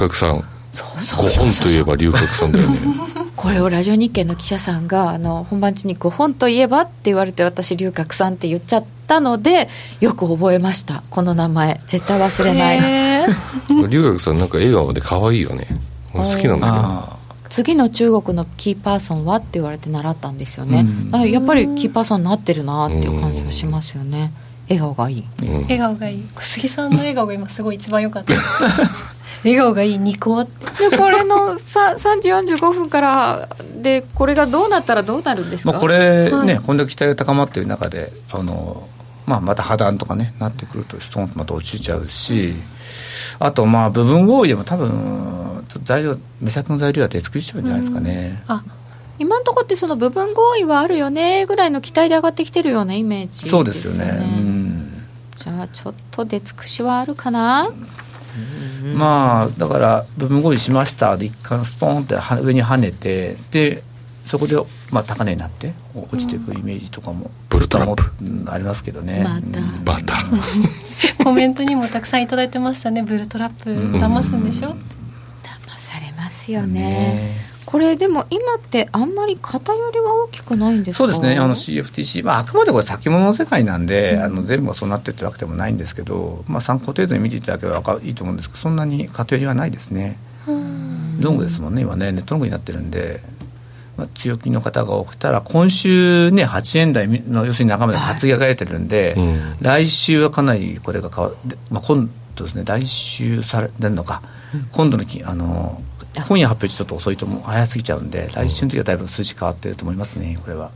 5本といえば龍角散だよねこれをラジオ日経の記者さんが本番中に5本といえばって言われて私龍角散って言っちゃったのでよく覚えました。この名前絶対忘れない龍角さんなんか笑顔で可愛いよね。好きなんだけど次の中国のキーパーソンはって言われて習ったんですよね。やっぱりキーパーソンになってるなっていう感じがしますよね。笑顔がいい、 笑顔がいい。小杉さんの笑顔が今すごい一番良かった笑顔がいいニコってこれの3時45分からでこれがどうなったらどうなるんですか。 これね、こんだけ期待が高まっている中でまた破談とかねなってくるとストーンとまた落ちちゃうし、あと部分合意でも多分目先の材料は出尽くしちゃうんじゃないですかね。 今のところってその部分合意はあるよねぐらいの期待で上がってきてるようなイメージですよね。 そうですよね。 じゃあちょっと出尽くしはあるかな。 だから部分合意しましたで一回ストーンって上に跳ねてでそこで高値になって落ちていくイメージとかもブルトラップありますけどね。 またコメントにもたくさんいただいてましたね。ブルトラップ騙すんでしょ。 騙されますよね。これでも今ってあんまり偏りは大きくないんですか。 そうですね。CFTC、あくまでこれ先物の世界なんで、全部がそうなってってわけでもないんですけど、参考程度に見ていただければいいと思うんですけど、そんなに偏りはないですね。ロングですもんね今ね。ネットロングになってるんで、強気の方が多くたら今週ね8円台の要するに仲間で担ぎ上げられてるんで、来週はかなりこれが今度ですね来週されるのか、今度の今夜発表ちょっと遅いとも早すぎちゃうんで来週の時はだいぶ数字変わってると思いますね。これは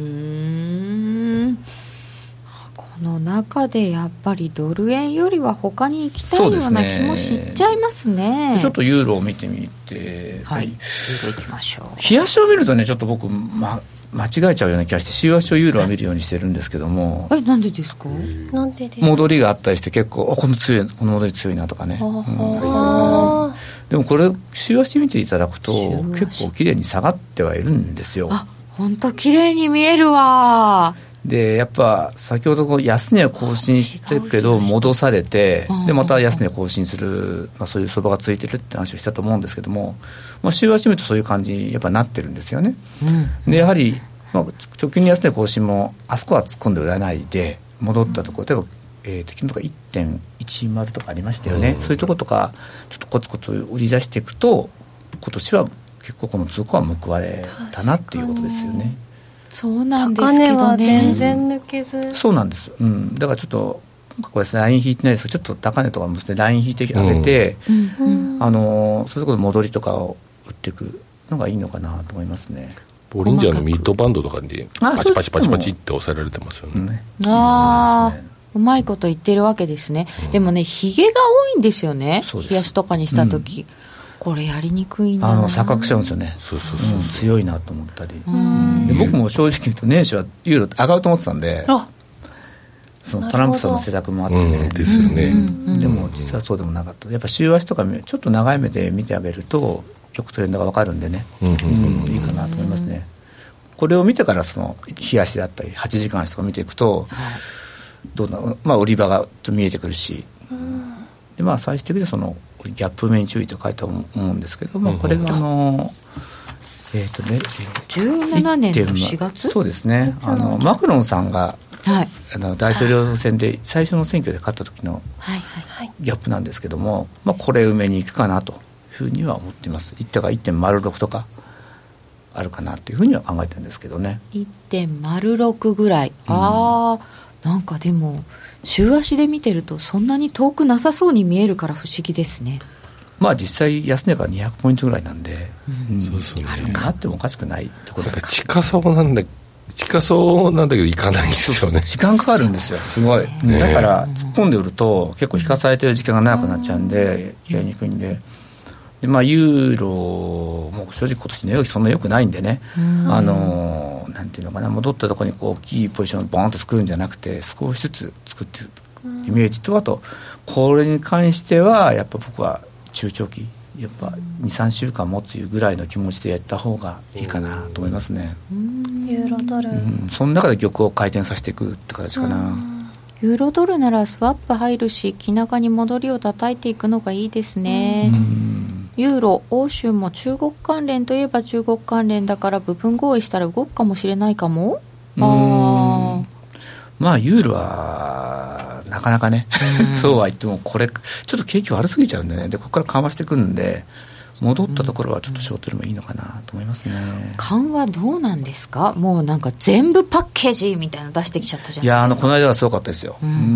この中でやっぱりドル円よりは他に行きたいような気もしちゃいますね。 ちょっとユーロを見てみて、 ユーロ行きましょう。 冷やしを見るとねちょっと僕、 間違えちゃうような気がして週足とユーロは見るようにしてるんですけども、 なんでですか？ なんでですか？ 戻りがあったりして結構この戻り強いなとかね、でもこれ週足見ていただくと結構綺麗に下がってはいるんですよ。 本当綺麗に見えるわ。 でやっぱ先ほど安値を更新してるけど戻されて、でまた安値を更新する、そういう相場がついてるって話をしたと思うんですけども、週足見るとそういう感じやっぱなってるんですよね、でやはり、直近の安値更新もあそこは突っ込んで売らないで戻ったところ、例えば、昨日とか 1.10 とかありましたよね、そういうところとかちょっとコツコツ売り出していくと今年は結構この通貨は報われたなっていうことですよね。 そうなんですけどね、 高値は全然抜けず、 そうなんです、だからちょっとこれですね、ライン引いてないですけどちょっと高値とかもですねライン引いてあげて、そういうところ戻りとかを売っていくのがいいのかなと思いますね。 ボリンジャーのミートバンドとかにパチパチパチパチって押さえられてますよね。 うまいこと言ってるわけですね、でもねヒゲが多いんですよね、冷やしとかにした時、これやりにくいんだな。 錯覚しちゃうんですよね。強いなと思ったり、で僕も正直言うと年始はユーロ上がると思ってたんで、そのトランプさんの施策もあってね、 ですよね、 でも実はそうでもなかった。やっぱ週足とかちょっと長い目で見てあげるとよくトレンドが分かるんでね、いいかなと思いますね。これを見てからその日足であったり8時間足とか見ていくと、どうな売り場がちょっと見えてくるし、で最終的にそのギャップ面に注意と書いて思うんですけど、これが 17年の4月、 そうですね、マクロンさんが、大統領選で最初の選挙で勝った時のギャップなんですけども、これ埋めに行くかなというふうには思っています。1.が 1.06 とかあるかなというふうには考えてるんですけどね。 1.06 ぐらい、なんかでも週足で見てるとそんなに遠くなさそうに見えるから不思議ですね。 実際安値が200ポイントぐらいなんで、 そうそうね、 あってもおかしくないってことで、 近そうなんだけどいかないんですよね。 時間かかるんですよ、すごい、だから突っ込んで売ると結構引かされてる時間が長くなっちゃうんでやりにくいんで、ユーロも正直今年の動きそんな良くないんでね、なんていうのかな、戻ったところに大きいポジションをボーンと作るんじゃなくて少しずつ作っていくイメージと、あとこれに関してはやっぱ僕は中長期やっぱ 2,3 週間持つぐらいの気持ちでやった方がいいかなと思いますね。 ユーロドル、 その中で玉を回転させていくって形かな。 ユーロドルならスワップ入るし気長に戻りを叩いていくのがいいですね。ユーロ欧州も中国関連といえば中国関連だから部分合意したら動くかもしれないかも。 ユーロはなかなかねそうは言ってもこれちょっと景気悪すぎちゃうんでね、でここから緩和してくるんで戻ったところはちょっとショートでもいいのかなと思いますね。 緩和どうなんですか？もうなんか全部パッケージみたいなの出してきちゃったじゃないですか。 この間はすごかったですよ。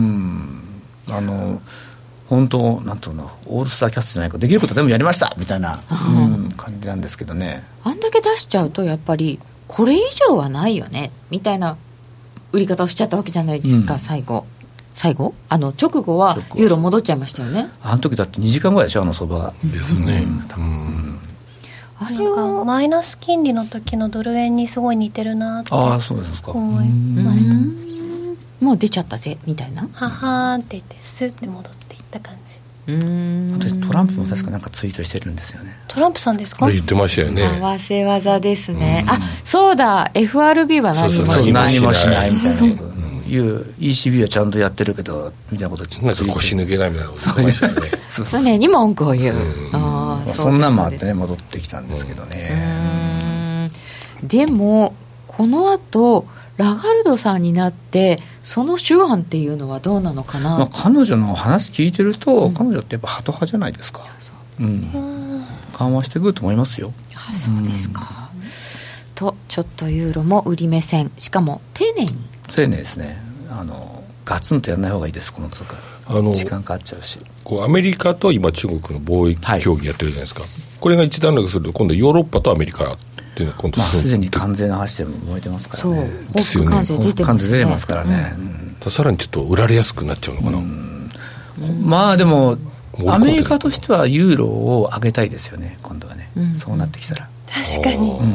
本当なんとのオールスターキャストじゃないか、できることは全部やりましたみたいな、感じなんですけどね。 あんだけ出しちゃうとやっぱりこれ以上はないよねみたいな売り方をしちゃったわけじゃないですか、最後直後はユーロ戻っちゃいましたよね。 あの時だって2時間ぐらいでしょ、相場がですね。 あれはマイナス金利の時のドル円にすごい似てるなと思いました。 もう出ちゃったぜみたいな、 ははーって言ってスッて戻っていった感じ。 トランプも確かなんかツイートしてるんですよね。 トランプさんですか？ 言ってましたよね。 合わせ技ですね。そうだ FRB は何もしない何もしないみたいなことECB はちゃんとやってるけどみたいなことなんか腰抜けないみたいなこと言ってましたよね常に文句を言う、 そんなんもあってね戻ってきたんですけどね。 でもこの後ラガルドさんになってその手腕っていうのはどうなのかな。 彼女の話聞いてると、彼女ってやっぱハト派じゃないですか。緩和してくると思いますよ。 そうですか。とちょっとユーロも売り目線、しかも丁寧ですね。ガツンとやらない方がいいです、この通貨。時間かかっちゃうし。 アメリカと今中国の貿易協議やってるじゃないですか、これが一段落すると今度ヨーロッパとアメリカっていうのは今度すでに関税の話でも燃えてますからね。 ですよね。 関税出てますからね。 さらにちょっと売られやすくなっちゃうのかな。 でもアメリカとしてはユーロを上げたいですよね、今度はね。そうなってきたら確かに、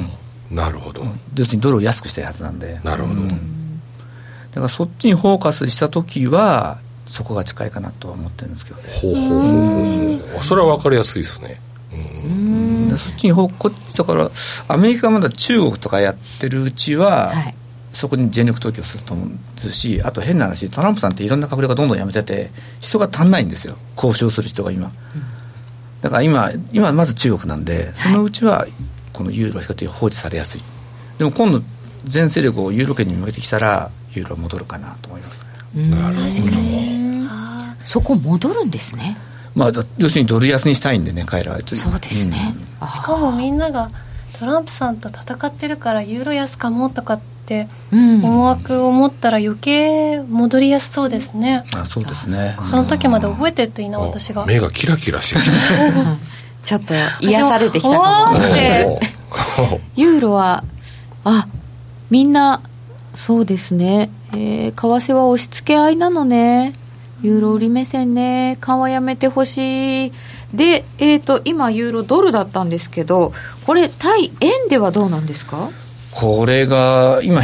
なるほど、 要するにドルを安くしたいはずなんで。 なるほど、 だからそっちにフォーカスしたときはそこが近いかなとは思ってるんですけどね。 ほうほうほうほう、それは分かりやすいですね。 そっちにだからアメリカがまだ中国とかやってるうちは、はい、そこに全力投球すると思うんですし、あと変な話、トランプさんっていろんな閣僚がどんどん辞めてて人が足んないんですよ、交渉する人が今、だから今まず中国なんで、そのうちはこのユーロ比較的放置されやすい。でも今度全勢力をユーロ圏に向けてきたらユーロ戻るかなと思いますね。 なるほど。 確かにそこ戻るんですね。 まあ、要するにドル安にしたいんでね、彼らは。 そうですね、 しかもみんながトランプさんと戦ってるからユーロ安かもとかって思惑を持ったら余計戻りやすそうですね。 そうですね。 その時まで覚えてるといいな、私が。 目がキラキラしてるちょっと癒されてきたかもユーロはみんなそうですね、為替は押し付け合いなのね、ユーロ売り目線ね、緩和やめてほしいで、今ユーロドルだったんですけど、これ対円ではどうなんですか？ これが今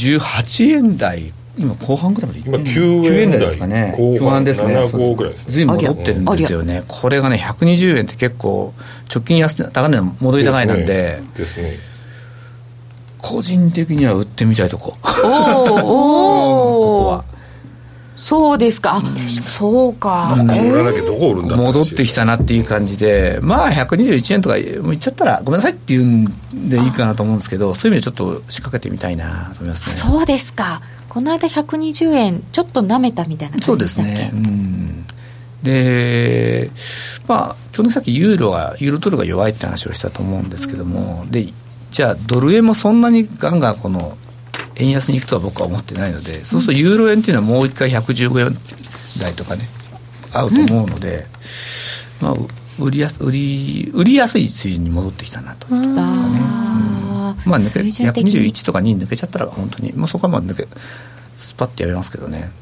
118円台、今後半ぐらいまでいってる、 今9円台ですかね。後半ですね。 75ぐらいですね。 ずいぶん戻ってるんですよね。これがね120円って結構直近高値の戻り高いなんでですね。 個人的には売ってみたいとこ。 ここはそうですか。そうか。 これだけどこ売るんだって戻ってきたなっていう感じで、まあ121円とかもういっちゃったらごめんなさいっていうんでいいかなと思うんですけど、そういう意味でちょっと仕掛けてみたいなと思いますね。 そうですか。この間120円ちょっと舐めたみたいな感じでしたっけ？そうですね。 で、まあ基本的にさっきユーロドルが弱いって話をしたと思うんですけども、でじゃあドル円もそんなにガンガンこの円安に行くとは僕は思ってないので、そうするとユーロ円っていうのはもう一回115円台とかね合うと思うので、まあ、売りやすい水準に戻ってきたなと思いますかね。まあ121とかに抜けちゃったら本当にもうそこはまあスパッとやめますけどね。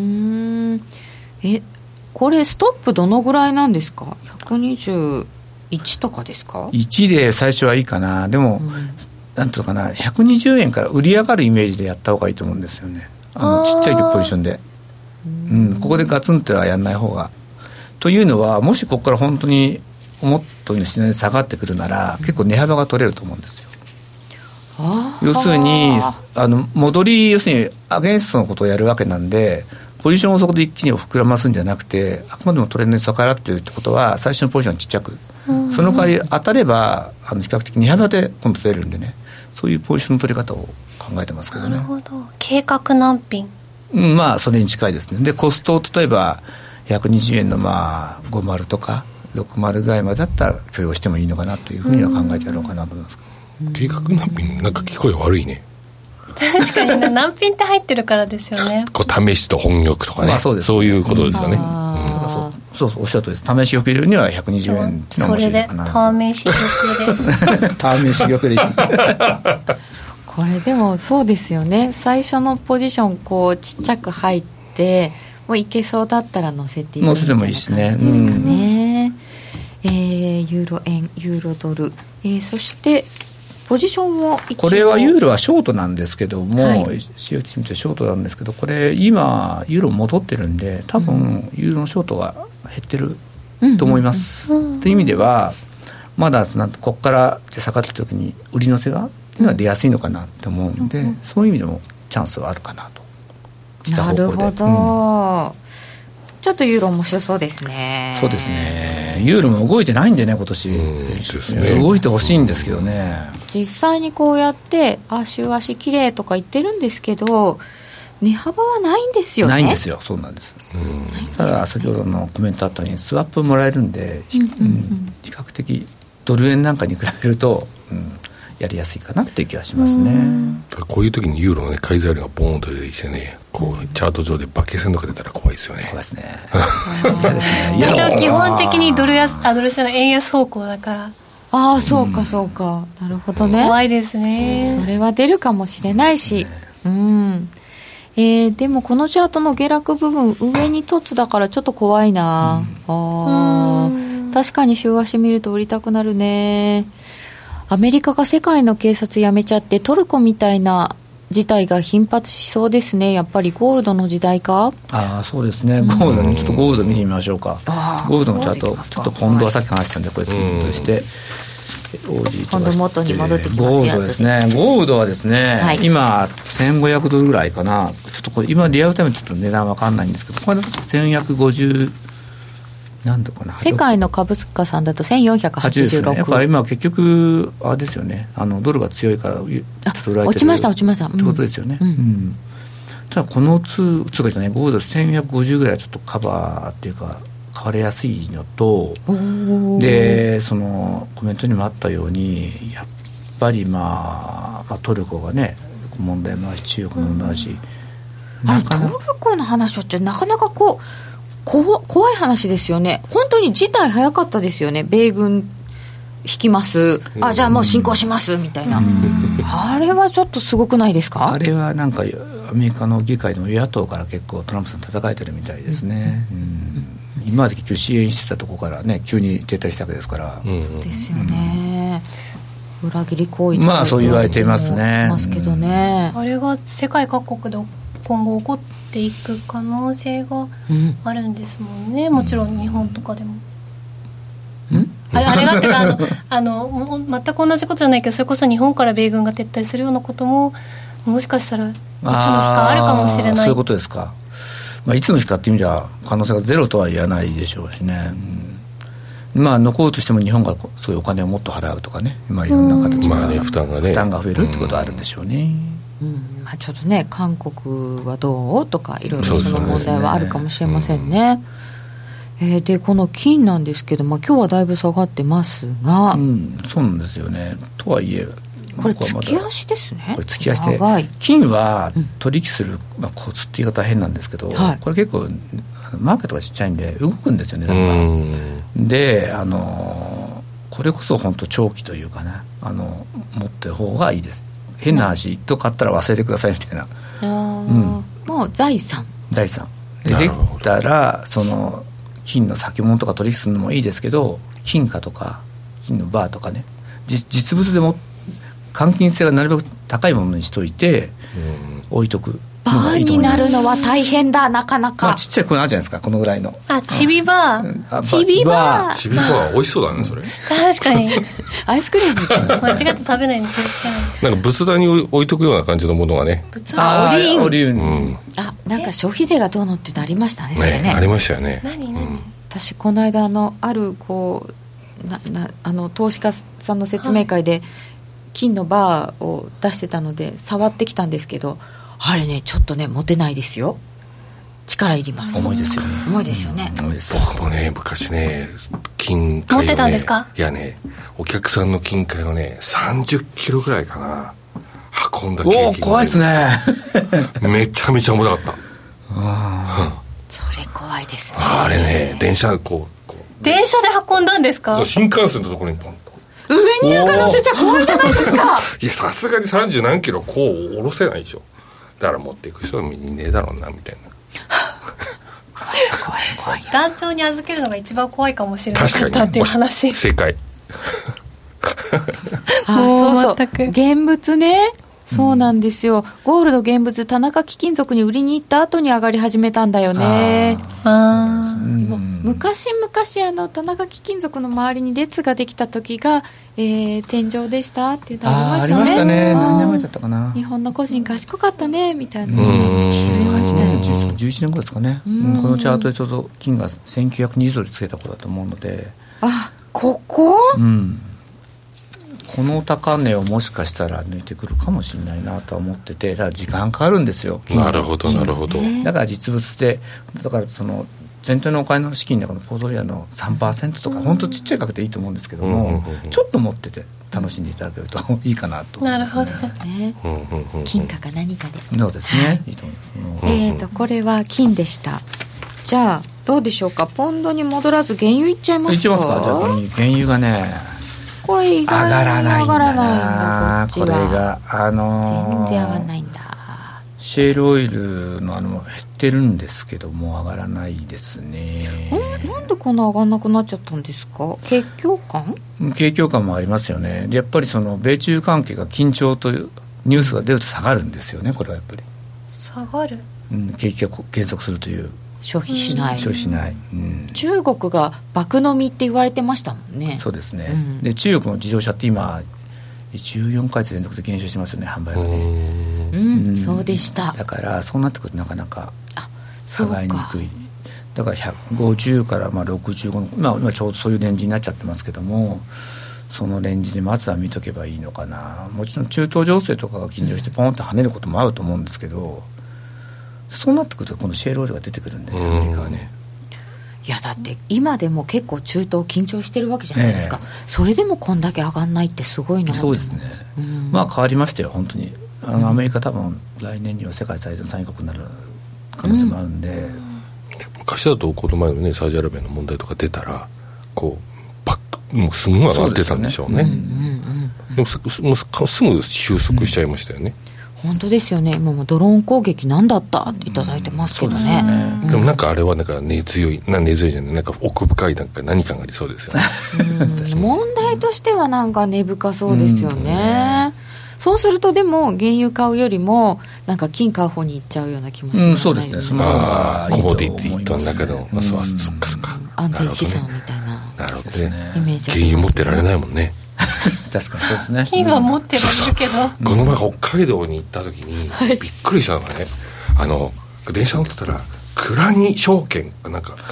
これストップどのぐらいなんですか？121とかですか ？1で最初はいいかな。でも、なんていうのかな、120円から売り上がるイメージでやった方がいいと思うんですよね。ちっちゃいポジションで、ここでガツンとはやらない方が。というのは、もしここから本当に思ったように下がってくるなら、結構値幅が取れると思うんですよ。要するに戻り、要するにアゲンストのことをやるわけなんで、ポジションをそこで一気に膨らますんじゃなくて、あくまでもトレンドに逆らっているってことは、最初のポジションはちっちゃく、その代わり当たれば比較的値幅で今度取れるんでね、そういうポジションの取り方を考えてますけどね。 なるほど。計画難品。 まあそれに近いですね。でコストを例えば120円のまあ50とか60ぐらいまでだったら許容してもいいのかなというふうには考えてやろうかなと思います。 計画難品なんか聞こえ悪いね。 確かにね、難品って入ってるからですよね。 こう試しと本玉とかね、まあ、そうです、そういうことですよね。 そうおっしゃるとりです。試し玉入れるには120円っていうのは面白いかな。 それで試し玉です。試し玉でいいこれでもそうですよね。最初のポジションこうちっちゃく入ってもういけそうだったら乗せていくみたいな感じですかね。ユーロ円、ユーロドル、そしてポジションをこれはユーロはショートなんですけども、CFTC 見てショートなんですけど、これ今ユーロ戻ってるんで、多分ユーロのショートが減ってると思います。という意味ではまだここから下がった時に売りの手が出やすいのかなと思うんで、そういう意味でもチャンスはあるかなと。 なるほど、ちょっとユーロ面白そうですね。 そうですね。ユーロも動いてないんでね今年ですね。動いてほしいんですけどね。 実際にこうやって週足きれいとか言ってるんですけど、値幅はないんですよね。 ないんですよ。そうなんです。ただ先ほどのコメントあったようにスワップもらえるんで、比較的ドル円なんかに比べると、やりやすいかなっていう気がしますね。 こういう時にユーロの、ね、買い材料がボーンと出てきてね、こうチャート上で馬券線とか出たら怖いですよね。 怖いですね。嫌ですね。 一応基本的にドルじゃない円安方向だから。 そうかそうか、なるほどね。 怖いですね。 それは出るかもしれないし、でもこのチャートの下落部分上に凸だからちょっと怖いな。確かに週足見ると売りたくなるね。 アメリカが世界の警察辞めちゃってトルコみたいな事態が頻発しそうですね。やっぱりゴールドの時代か。 そうですね。ゴールドね、ちょっとゴールド見てみましょうか。ゴールドのチャート、ちょっとポンドはさっき話したんでこれクリックして、 ポンド元に戻ってきますよ。 ゴールドですね。ゴールドはですね、はい、今1500ドルぐらいかな。ちょっとこれ今リアルタイムちょっと値段わかんないんですけど、これだと1150何度かな。 世界の株価さんだと1486 ですね。やっぱり今結局あれですよね、ドルが強いからちょっと売られてる落ちましたってことですよね、ただこの通貨じゃないゴールド1450ぐらいはちょっとカバーっていうか買われやすいのと、でそのコメントにもあったようにやっぱりトルコがね問題もあるし中国の問題もあるし、 トルコの話はなかなか怖い話ですよね。本当に事態早かったですよね。米軍引きます、じゃあもう侵攻しますみたいな、あれはちょっとすごくないですか。 あれはなんかアメリカの議会の与野党から結構トランプさん叩かれてるみたいですね、今まで結局支援してたところからね急に撤退したわけですから、 そうですよね、裏切り行為とかそう言われていますね。 ますけどね、 あれが世界各国で今後起こっていく可能性があるんですもんね、もちろん日本とかでも、あれがってか全く同じことじゃないけど、それこそ日本から米軍が撤退するようなことももしかしたらいつの日かあるかもしれない。 そういうことですか。いつの日かっていう意味では可能性がゼロとは言わないでしょうしね、残るとしても日本がそういうお金をもっと払うとかね、いろんな形で負担が増えるってことはあるんでしょうね。 ちょっとね韓国はどうとかいろいろその問題はあるかもしれませんね。でこの金なんですけど、今日はだいぶ下がってますが、 そうなんですよね。とはいえこれ月足ですね。 これ月足で金は取引する、コツって言い方は変なんですけど、これ結構マーケットがちっちゃいんで動くんですよね、でこれこそ本当長期というかな、持ってる方がいいです。変な話、一等買ったら忘れてくださいみたいな、 もう財産でできたらその金の先物とか取引するのもいいですけど、金貨とか金のバーとかね、実物でも換金性がなるべく高いものにしといて、置いとくバーになるのは大変だ、なかなか。 ちっちゃいこれあるじゃないですか、このぐらいの。 チビバー。 チビバー美味しそうだね、それ。 確かに。 アイスクリームみたいな。 間違って食べないの気をつけない。 なんか仏壇に置いとくような感じのものがね。 オリーブ。 なんか消費税がどうのっていうのありましたね、それね。 ありましたよね。 私この間ある投資家さんの説明会で金のバーを出してたので触ってきたんですけど、あれねちょっとね持てないですよ。力いります。 重いですよね。 重いですよね。 僕もね昔ね金塊をね持ってたんですか。 いやね、お客さんの金塊をね30キロぐらいかな運んだ経験が、 怖いですね。 めちゃめちゃ重たかった。 それ怖いですね。 あれね、電車で運んだんですか。 そう、新幹線のところにポンと上になんか乗せちゃ怖いじゃないですか。 いやさすがに30何キロこう下ろせないでしょ。だから持っていく人はいねえだろうなみたいな。 怖い。 団長に預けるのが一番怖いかもしれなかったっていう話。 正解。 そう現物ね。そうなんですよ。ゴールド現物田中貴金属に売りに行った後に上がり始めたんだよね。昔田中貴金属の周りに列ができた時が、天井でしたっていうのありましたね。何年前だったかな。 日本の個人賢かったねみたいな。 11年後ですかね。このチャートでちょうど金が1920ドルつけたことだと思うので。 ここ？ この高値をもしかしたら抜いてくるかもしれないなとは思ってて、だから時間かかるんですよ。 なるほどなるほど。 だから実物で、だからその全体のお金の資金の中のポートフォリオの 3% とか本当ちっちゃい額でいいと思うんですけども、ちょっと持ってて楽しんでいただけるといいかなと思います、ね。 なるほど。金貨か何かで。 そうですね。いいと思います。 これは金でした。じゃあどうでしょうか。ポンドに戻らず原油いっちゃいますか。 いっちゃいますか。じゃあこれに原油がね。 これ意外に上がらないんだ。 これが全然上がらないんだ。 シェールオイルの減ってるんですけども上がらないですね。 なんでこんな上がらなくなっちゃったんですか？景況感？景況感もありますよね。でやっぱりその米中関係が緊張というニュースが出ると下がるんですよね。これはやっぱり下がる、 景気が減速するという。 消費しない、 消費しない、 中国が爆飲みって言われてましたもんね。 そうですね、で中国の自動車って今14ヶ月連続で減少してますよね、販売がね。 そうでした。 だからそうなってくるとなかなか下がりにくい。だから150から65の、今ちょうどそういうレンジになっちゃってますけども、そのレンジでまずは見とけばいいのかな。もちろん中東情勢とかが緊張してポンと跳ねることもあると思うんですけど、そうなってくると今度シェールオイルが出てくるんで、アメリカはね。 いやだって今でも結構中東緊張してるわけじゃないですか、それでもこんだけ上がんないってすごいな。 そうですね、まあ変わりましたよ本当に。アメリカ多分来年には世界最大の産油国になる可能性もあるんで、 昔だとこの前のねサウジアラビアの問題とか出たらこうパックもうすぐ上がってたんでしょうね。でもすぐ収束しちゃいましたよね。 本当ですよね。今もドローン攻撃なんだったっていただいてますけどね。 でもなんかあれはなんか根強いじゃない、なんか奥深い何かがありそうですよね。 問題としてはなんか根深そうですよね。そうするとでも原油買うよりもなんか金買う方に行っちゃうような気もしますね。 そうですね。そのコモディティの中でのそっか安全資産みたいな。 なるほどね。 イメージありますね。 原油持ってられないもんね。 確かにそうですね。 金は持ってるけど、 この前北海道に行った時にびっくりしたのがね、電車乗ってたら倉に証券かなんか、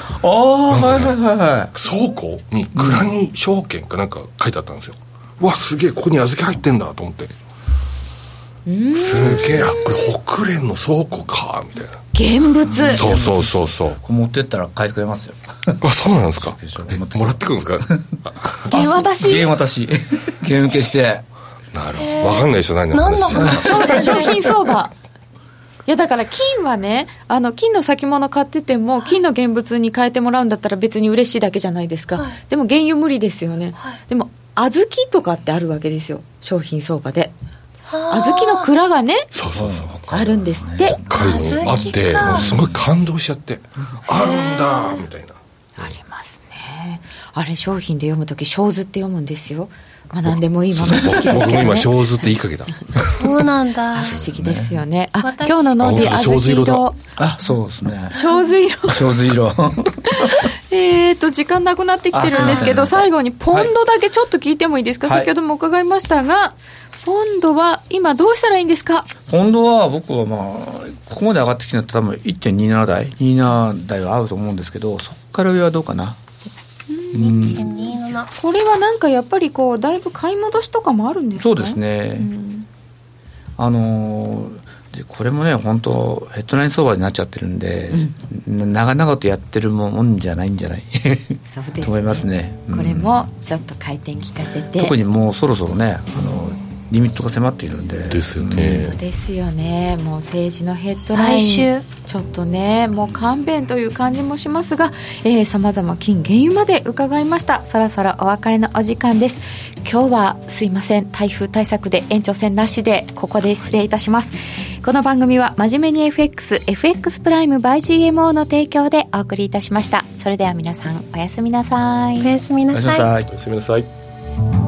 倉庫に倉に証券かなんか書いてあったんですよ。わすげえ、ここに小豆入ってんだと思って、すげえ、これ北連の倉庫かみたいな。 現物。 そうこれ持ってったら買いてくれますよ。 あ、そうなんですか。もらってくるんですか。 現渡し券受けして。 なるほど。分かんないでしょ、何の話。 商品相場。いやだから金はね、金の先物買ってても金の現物に変えてもらうんだったら別に嬉しいだけじゃないですか、でも原油無理ですよね、でも小豆とかってあるわけですよ、商品相場で。小豆の蔵がね、あるんですって。 北海道にあってもうすごい感動しちゃって、あるんだみたいな。 ありますね。あれ商品で読むとき小図って読むんですよ。まあ、何でもいい豆知識ですけどね。 僕も今小図って言いかけた。 そうなんだ。 不思議ですよね。今日のノーディ小豆色。 そうですね。 小豆色。 小豆色。時間なくなってきてるんですけど、最後にポンドだけちょっと聞いてもいいですか。先ほども伺いましたが、ポンドは今どうしたらいいんですか。 ポンドは僕はここまで上がってきてるのは多分 1.27 台27台は合うと思うんですけど、そこから上はどうかな。 これはなんかやっぱりこうだいぶ買い戻しとかもあるんですか。 そうですね、でこれもね本当ヘッドライン相場になっちゃってるんで、長々とやってるもんじゃないんじゃないそうですねと思いますね、 これもちょっと回転効かせて、 特にもうそろそろねリミットが迫っているんで。 ですよね。 そうですよね。もう政治のヘッドラインちょっとねもう勘弁という感じもしますが、様々金原油まで伺いました。そろそろお別れのお時間です。今日はすいません、台風対策で延長戦なしでここで失礼いたします。この番組は真面目に FX プライム by GMO の提供でお送りいたしました。それでは皆さんおやすみなさい。 おやすみなさい。 おやすみなさい。